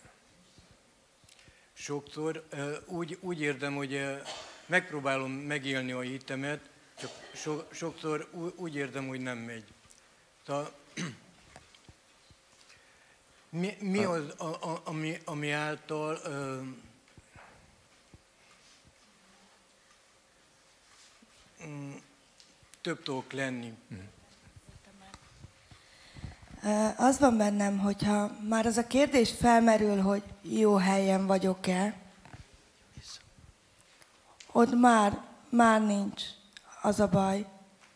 Sokszor úgy érzem, hogy megpróbálom megélni a hitemet, csak sokszor úgy érzem, hogy nem megy. Tehát, mi az, ami által több tudok lenni? Az van bennem, hogyha már az a kérdés felmerül, hogy jó helyen vagyok-e, ott már nincs az a baj.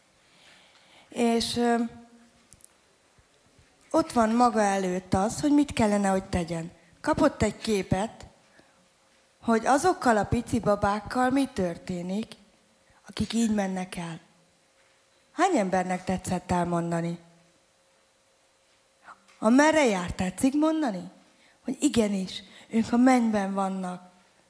És ott van maga előtt az, hogy mit kellene, hogy tegyen. Kapott egy képet, hogy azokkal a pici babákkal mi történik, akik így mennek el. Hány embernek tetszett elmondani? Amerre jár, tetszik mondani? Hogy igenis, ők a mennyben vannak.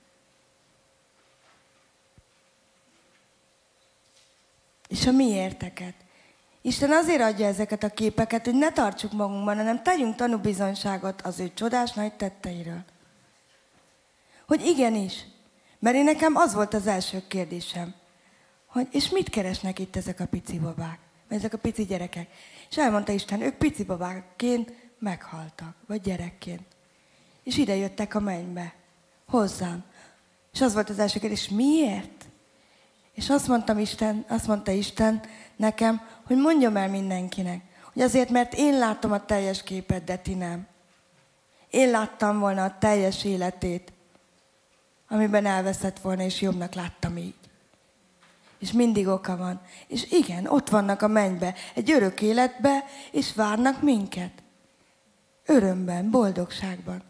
És a miérteket. Isten azért adja ezeket a képeket, hogy ne tartsuk magunkban, hanem tegyünk tanúbizonyságot az ő csodás nagy tetteiről. Hogy igenis. Mert én nekem az volt az első kérdésem, hogy és mit keresnek itt ezek a pici babák, ezek a pici gyerekek. És elmondta Isten, ők pici babákként meghaltak, vagy gyerekként. És ide jöttek a mennybe, hozzám. És az volt az első kérdés, miért? És azt mondta Isten nekem, hogy mondjam el mindenkinek, hogy azért, mert én látom a teljes képet, de ti nem. Én láttam volna a teljes életét, amiben elveszett volna, és jobbnak láttam így. És mindig oka van. És igen, ott vannak a mennybe, egy örök életbe, és várnak minket. Örömben, boldogságban.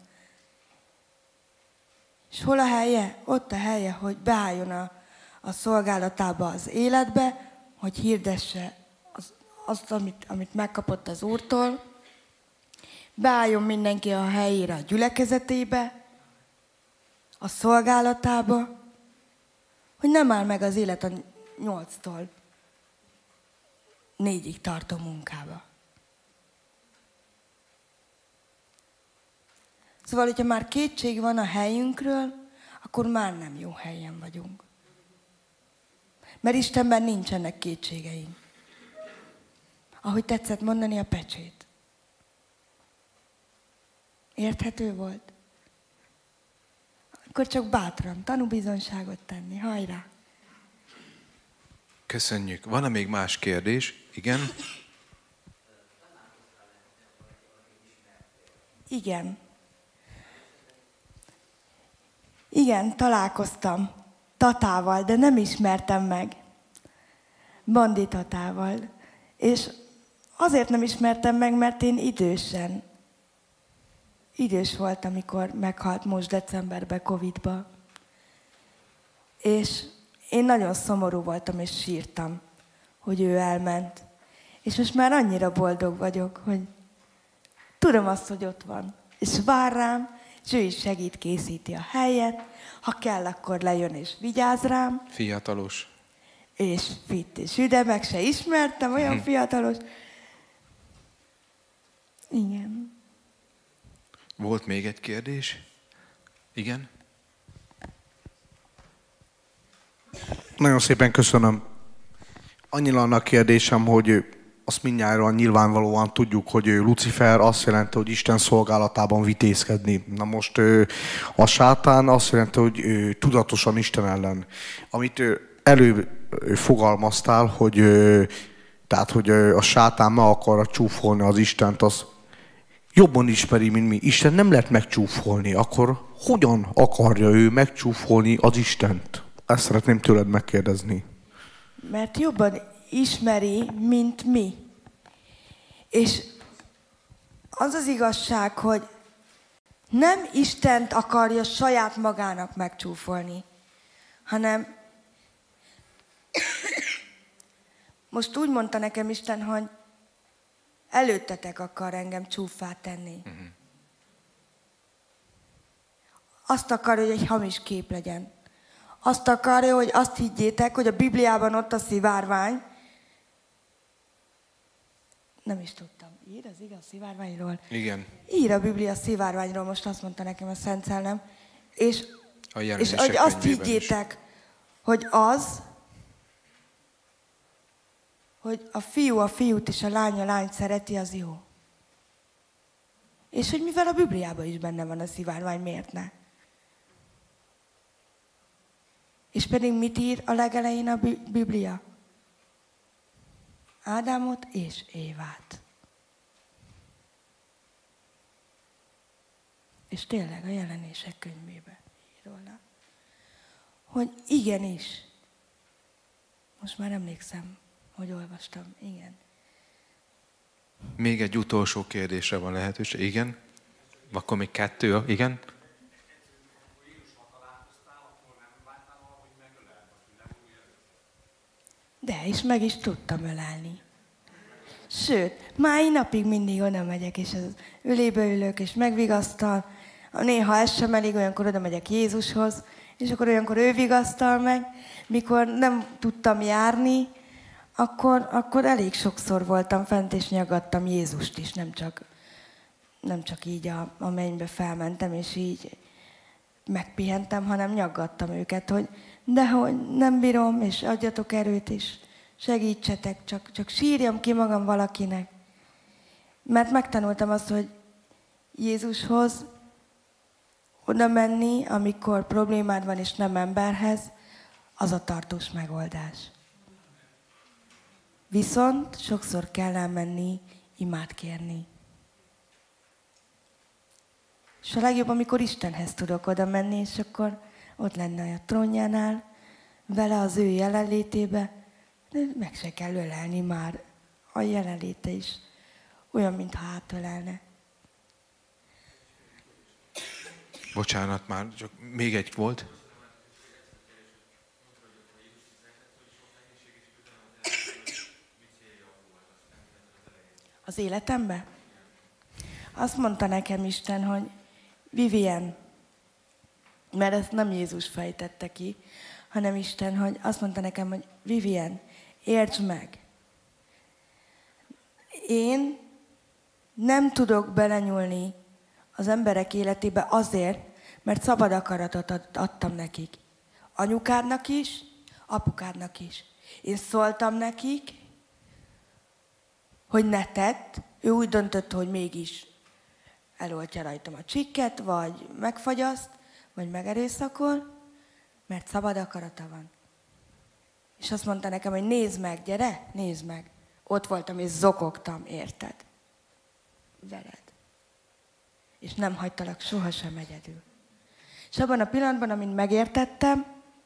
És hol a helye? Ott a helye, hogy beálljon a szolgálatába az életbe, hogy hirdesse azt, amit megkapott az Úrtól. Beálljon mindenki a helyére, a gyülekezetébe, a szolgálatába, hogy nem áll meg az élet a 8-tól 4-ig tartó munkába. Szóval, hogyha már kétség van a helyünkről, akkor már nem jó helyen vagyunk. Mert Istenben nincsenek kétségeink. Ahogy tetszett mondani, a pecsét. Érthető volt? akkor csak bátran tanúbizonyságot tenni. Hajrá! Köszönjük. Van-e még más kérdés? Igen? Igen. Igen, találkoztam Tatával, de nem ismertem meg. Bandi Tatával. És azért nem ismertem meg, mert én idős voltam, amikor meghalt most decemberben Covid-ba. És én nagyon szomorú voltam, és sírtam, hogy ő elment. És most már annyira boldog vagyok, hogy tudom azt, hogy ott van. És vár rám, és ő is segít, készíti a helyet. Ha kell, akkor lejön és vigyáz rám. Fiatalos. És fit és üde, meg se ismertem, olyan fiatalos. Igen. Volt még egy kérdés? Igen? Nagyon szépen köszönöm. Annyira annak kérdésem, hogy azt mindnyájan nyilvánvalóan tudjuk, hogy Lucifer azt jelenti, hogy Isten szolgálatában vitézkedni. Na most a sátán azt jelenti, hogy tudatosan Isten ellen. Amit előbb fogalmaztál, hogy, tehát, hogy a sátán meg akarja csúfolni az Istent, az jobban ismeri, mint mi. Isten nem lehet megcsúfolni, akkor hogyan akarja ő megcsúfolni az Istent? Ezt szeretném tőled megkérdezni. Mert jobban ismeri, mint mi. És az az igazság, hogy nem Istent akarja saját magának megcsúfolni, hanem most úgy mondta nekem Isten, hogy előttetek akar engem csúffá tenni. Azt akarja, hogy egy hamis kép legyen. Azt akarja, hogy azt higgyétek, hogy a Bibliában ott a szivárvány. Nem is tudtam. Ír az igaz szivárványról? Igen. Ír a Biblia szivárványról, most azt mondta nekem a Szent Szellem. És hogy azt higgyétek, hogy az, hogy a fiú a fiút és a lányt szereti, az jó. És hogy mivel a Bibliában is benne van a szivárvány, miért ne? És pedig mit ír a legelején a Biblia? Ádámot és Évát. És tényleg a Jelenések könyvében ír róla, hogy igenis, most már emlékszem, hogy olvastam, igen. Még egy utolsó kérdésre van lehetőség. Igen? Akkor még 2, igen? De, és meg is tudtam ölelni. Sőt, mai napig mindig oda megyek, és az ölébe ülök, és megvigasztal. Néha ez sem elég, olyankor oda megyek Jézushoz, és akkor olyankor ő vigasztal meg. Mikor nem tudtam járni, akkor elég sokszor voltam fent, és nyaggattam Jézust is, nem csak így a mennybe felmentem, és így megpihentem, hanem nyaggattam őket, hogy dehogy nem bírom, és adjatok erőt, és segítsetek, csak sírjam ki magam valakinek. Mert megtanultam azt, hogy Jézushoz oda menni, amikor problémád van, és nem emberhez, az a tartós megoldás. Viszont sokszor kell elmenni, imát kérni. És a legjobb, amikor Istenhez tudok oda menni, és akkor ott lenne a trónjánál, vele az ő jelenlétébe, de meg se kell ölelni már. A jelenléte is olyan, mintha átölelne. Bocsánat, már csak még egy volt. Az életemben? Azt mondta nekem Isten, hogy Vivien, mert ezt nem Jézus fejtette ki, hanem Isten, hogy azt mondta nekem, hogy Vivien, értsd meg. Én nem tudok belenyúlni az emberek életébe azért, mert szabad akaratot adtam nekik. Anyukádnak is, apukádnak is. Én szóltam nekik, hogy ne tedd, ő úgy döntött, hogy mégis eloltja rajtam a csikket, vagy megfagyaszt, vagy megerőszakol, mert szabad akarata van. És azt mondta nekem, hogy nézd meg, gyere, nézd meg. Ott voltam és zokogtam, érted? Veled. És nem hagytalak sohasem egyedül. És abban a pillanatban, amint megértettem,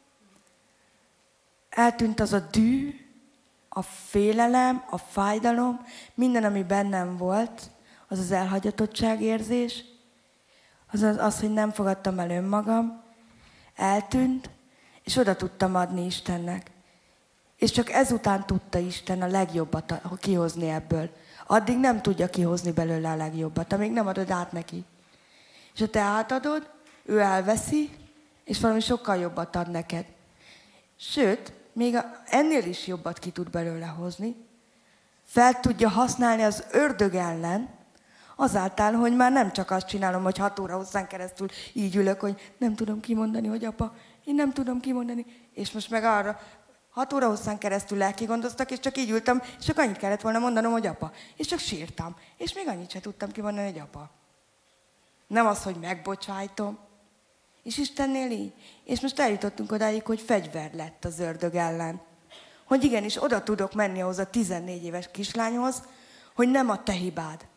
eltűnt az a dű, a félelem, a fájdalom, minden, ami bennem volt, az az elhagyatottságérzés, az, hogy nem fogadtam el önmagam, eltűnt, és oda tudtam adni Istennek. És csak ezután tudta Isten a legjobbat kihozni ebből. Addig nem tudja kihozni belőle a legjobbat, amíg nem adod át neki. És ha te átadod, ő elveszi, és valami sokkal jobbat ad neked. Sőt, még ennél is jobbat ki tud belőle hozni. Fel tudja használni az ördög ellen, azáltal, hogy már nem csak azt csinálom, hogy 6 óra hosszán keresztül így ülök, hogy nem tudom kimondani, hogy apa, én nem tudom kimondani. És most meg arra 6 óra hosszán keresztül lelkigondoztak, és csak így ültem, és csak annyit kellett volna mondanom, hogy apa. És csak sírtam. És még annyit sem tudtam kimondani, hogy apa. Nem az, hogy megbocsájtom. És Istennél így. És most eljutottunk odáig, hogy fegyver lett az ördög ellen. Hogy igenis oda tudok menni ahhoz a 14 éves kislányhoz, hogy nem a te hibád.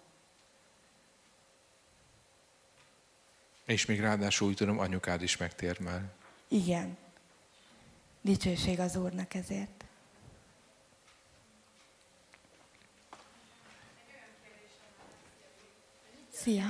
És még ráadásul úgy tudom, anyukád is megtért már. Igen. Dicsőség az Úrnak ezért. Szia!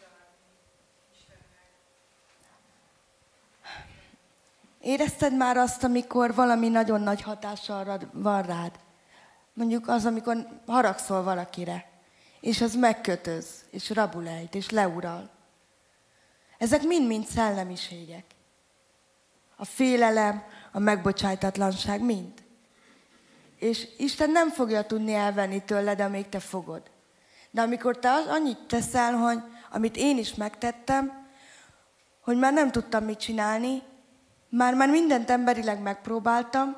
Érezted már azt, amikor valami nagyon nagy hatással van rád? Mondjuk az, amikor haragszol valakire, és az megkötöz, és rabul ejt, és leural. Ezek mind-mind szellemiségek. A félelem, a megbocsájtatlanság, mind. És Isten nem fogja tudni elvenni tőled, amíg te fogod. De amikor te annyit teszel, hogy amit én is megtettem, hogy már nem tudtam mit csinálni, már mindent emberileg megpróbáltam,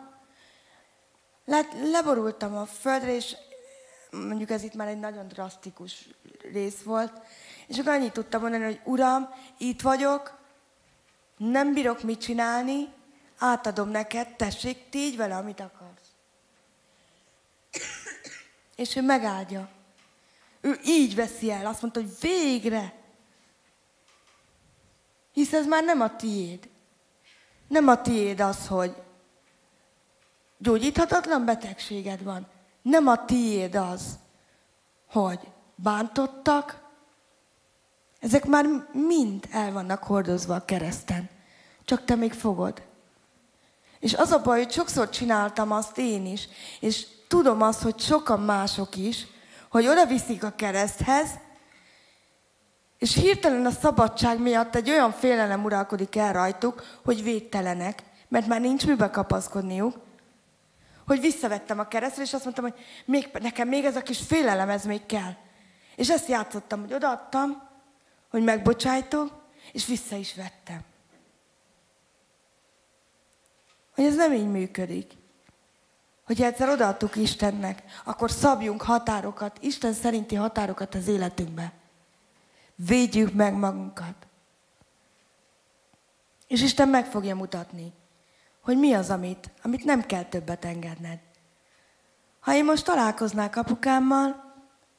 leborultam a földre, és mondjuk ez itt már egy nagyon drasztikus rész volt, és akkor annyit tudtam mondani, hogy Uram, itt vagyok, nem bírok mit csinálni, átadom neked, tessék, tégy vele, amit akarsz. És ő megáldja. Ő így veszi el, azt mondta, hogy végre. Hisz ez már nem a tiéd. Nem a tiéd az, hogy gyógyíthatatlan betegséged van. Nem a tiéd az, hogy bántottak. Ezek már mind el vannak hordozva a kereszten. Csak te még fogod. És az a baj, hogy sokszor csináltam azt én is, és tudom azt, hogy sokan mások is, hogy oda viszik a kereszthez, és hirtelen a szabadság miatt egy olyan félelem uralkodik el rajtuk, hogy védtelenek, mert már nincs mibe kapaszkodniuk, hogy visszavettem a keresztre, és azt mondtam, hogy nekem még ez a kis félelem, ez még kell. És ezt játszottam, hogy odaadtam, hogy megbocsájtok, és vissza is vettem. Hogy ez nem így működik. Hogyha egyszer odaadtuk Istennek, akkor szabjunk határokat, Isten szerinti határokat az életünkbe. Védjük meg magunkat. És Isten meg fogja mutatni, hogy mi az, amit nem kell többet engedned. Ha én most találkoznák apukámmal,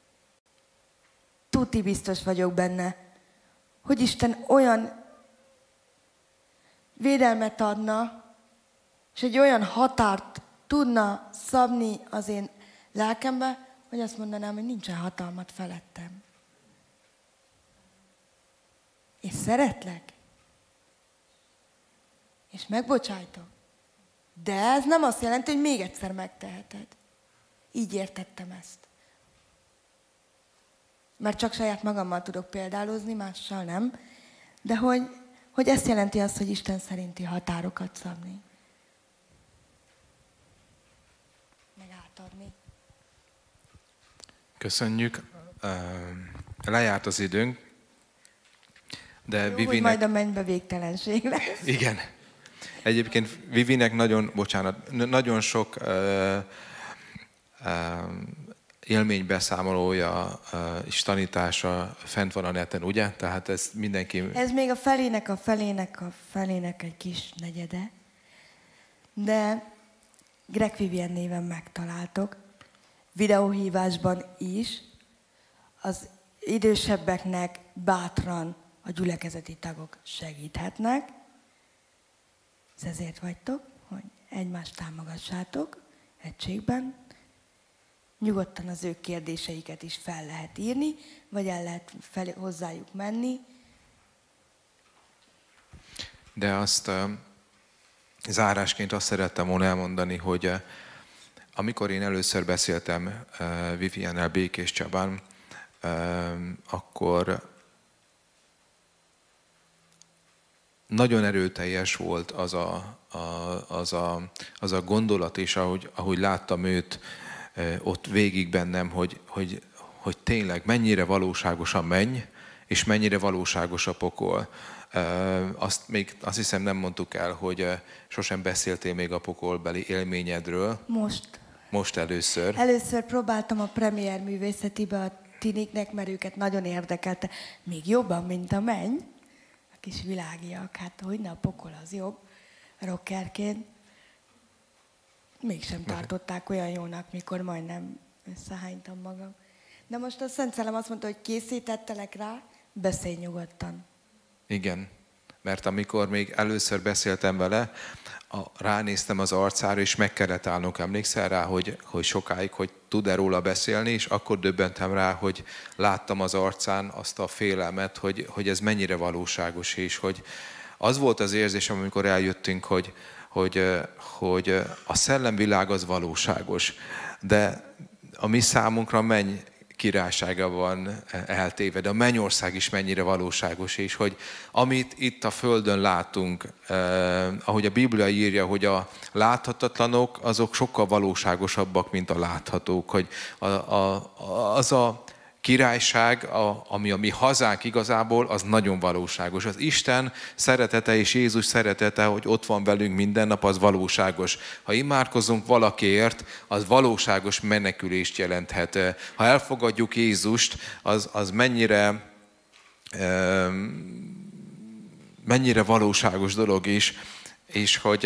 tuti biztos vagyok benne, hogy Isten olyan védelmet adna, és egy olyan határt tudna szabni az én lelkembe, hogy azt mondanám, hogy nincsen hatalmat felettem. És szeretlek. És megbocsájtok. De ez nem azt jelenti, hogy még egyszer megteheted. Így értettem ezt. Mert csak saját magammal tudok példálozni, mással nem. De hogy ezt jelenti azt, hogy Isten szerinti határokat szabni. Meg átadni. Köszönjük. Lejárt az időnk. De jó, Vivinek... hogy majd a mennybe végtelenség lesz. Igen. Egyébként Vivinek nagyon sok élménybeszámolója és tanítása fent van a neten, ugye? Tehát ez mindenki... Ez még a felének egy kis negyede. De Greg Vivian néven megtaláltok. Videóhívásban is. Az idősebbeknek bátran a gyülekezeti tagok segíthetnek. Ezért vagytok, hogy egymást támogassátok egységben. Nyugodtan az ő kérdéseiket is fel lehet írni, vagy el lehet hozzájuk menni. De azt zárásként azt szerettem volna elmondani, hogy amikor én először beszéltem Viviannel Békés Csabán, akkor nagyon erőteljes volt az a gondolat, és ahogy láttam őt ott végig bennem, hogy tényleg mennyire valóságos a menny, és mennyire valóságos a pokol. Azt hiszem nem mondtuk el, hogy sosem beszéltél még a pokolbeli élményedről. Most először. Először próbáltam a Premier Művészetibe a tiniknek, mert őket nagyon érdekelte. Még jobban, mint a menny. A kis világiak, hát hogyne a pokol az jobb rockerként. Mégsem tartották olyan jónak, mikor majdnem összehánytam magam. De most a Szent Szellem azt mondta, hogy készítettelek rá, beszélj nyugodtan. Igen, mert amikor még először beszéltem vele, ránéztem az arcára, és meg kellett állnunk. Emlékszel rá, hogy sokáig, hogy tud-e róla beszélni, és akkor döbbentem rá, hogy láttam az arcán azt a félelmet, hogy ez mennyire valóságos, és hogy az volt az érzésem, amikor eljöttünk, hogy a szellemvilág az valóságos, de a mi számunkra menny királysága van eltéve, de a mennyország is mennyire valóságos, és hogy amit itt a Földön látunk, ahogy a Biblia írja, hogy a láthatatlanok, azok sokkal valóságosabbak, mint a láthatók, hogy az a királyság, ami a mi hazánk igazából, az nagyon valóságos. Az Isten szeretete és Jézus szeretete, hogy ott van velünk minden nap, az valóságos. Ha imádkozunk valakiért, az valóságos menekülést jelenthet. Ha elfogadjuk Jézust, az mennyire valóságos dolog is, és hogy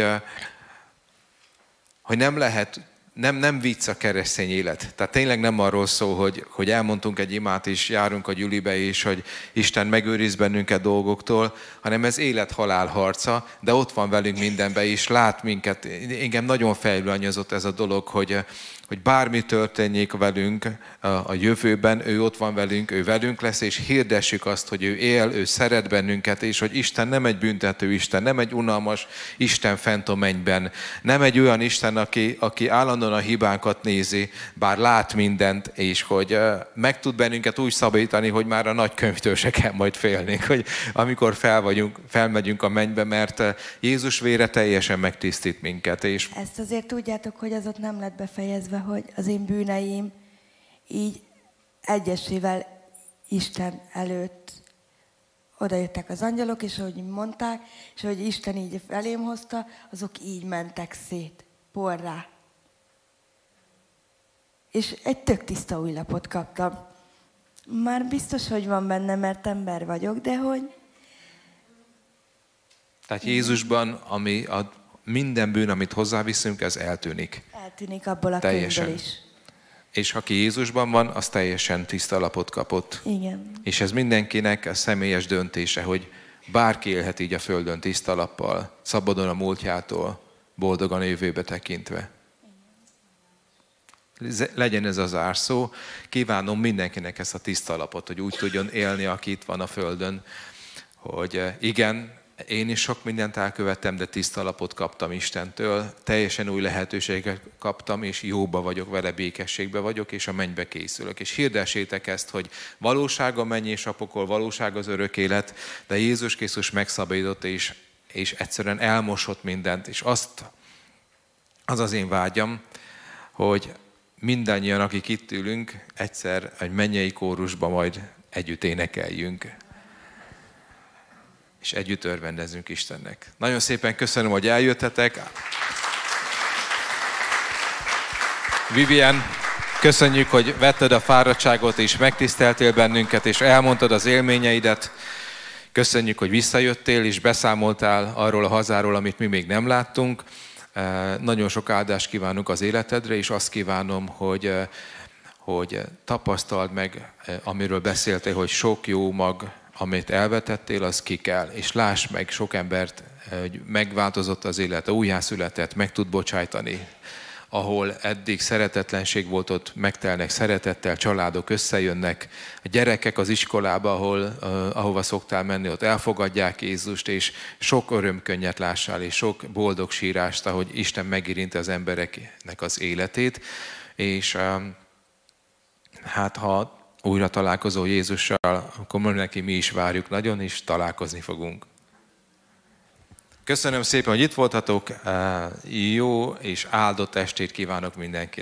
nem lehet, nem vicc a keresztény élet. Tehát tényleg nem arról szól, hogy elmondtunk egy imát, és járunk a gyülibe, és hogy Isten megőriz bennünket dolgoktól, hanem ez élet-halál harca, de ott van velünk mindenben, és lát minket. Engem nagyon fejlőanyazott ez a dolog, hogy bármi történjék velünk a jövőben, ő ott van velünk, ő velünk lesz, és hirdessük azt, hogy ő él, ő szeret bennünket, és hogy Isten nem egy büntető Isten, nem egy unalmas Isten fent a mennyben, nem egy olyan Isten, aki állandóan a hibánkat nézi, bár lát mindent, és hogy meg tud bennünket úgy szabadítani, hogy már a nagy könyvtől se kell majd félnénk, hogy amikor felmegyünk a mennybe, mert Jézus vére teljesen megtisztít minket. És ezt azért tudjátok, hogy az ott nem lett befejezve, hogy az én bűneim így egyesével Isten előtt odajöttek az angyalok, és ahogy mondták, és ahogy Isten így elém hozta, azok így mentek szét, porrá. És egy tök tiszta új lapot kaptam. Már biztos, hogy van benne, mert ember vagyok, de hogy... Tehát Jézusban, minden bűn, amit hozzáviszünk, ez eltűnik. Eltűnik abból a teljesen. könyvből is. És aki Jézusban van, az teljesen tiszta lapot kapott. Igen. És ez mindenkinek a személyes döntése, hogy bárki élhet így a Földön tiszta lappal, szabadon a múltjától, boldogan a jövőbe tekintve. Legyen ez az zárszó. Kívánom mindenkinek ezt a tiszta lapot, hogy úgy tudjon élni, aki itt van a Földön, hogy igen, én is sok mindent elkövettem, de tiszta lapot kaptam Istentől, teljesen új lehetőséget kaptam, és jóba vagyok vele, békességbe vagyok, és a mennybe készülök. És hirdessétek ezt, hogy valóság a menny és a pokol, valóság az örök élet, de Jézus Krisztus megszabadított, és egyszerűen elmosott mindent. És az az én vágyam, hogy mindannyian, akik itt ülünk, egyszer egy mennyei kórusba majd együtt énekeljünk. És együtt örvendezzünk Istennek. Nagyon szépen köszönöm, hogy eljöttetek. Vivian, köszönjük, hogy vetted a fáradtságot, és megtiszteltél bennünket, és elmondtad az élményeidet. Köszönjük, hogy visszajöttél, és beszámoltál arról a hazáról, amit mi még nem láttunk. Nagyon sok áldást kívánunk az életedre, és azt kívánom, hogy tapasztald meg, amiről beszéltél, hogy sok jó mag, amit elvetettél, az ki kell. És láss meg sok embert, hogy megváltozott az élete, újjászületett, meg tud bocsájtani. Ahol eddig szeretetlenség volt, ott megtelnek szeretettel, családok összejönnek, a gyerekek az iskolába, ahova szoktál menni, ott elfogadják Jézust, és sok örömkönnyet lássál, és sok boldog sírást, ahogy Isten megérinti az embereknek az életét, és hát ha újra találkozol Jézussal, akkor neki mi is várjuk nagyon, és találkozni fogunk. Köszönöm szépen, hogy itt voltatok, jó és áldott estét kívánok mindenkinek.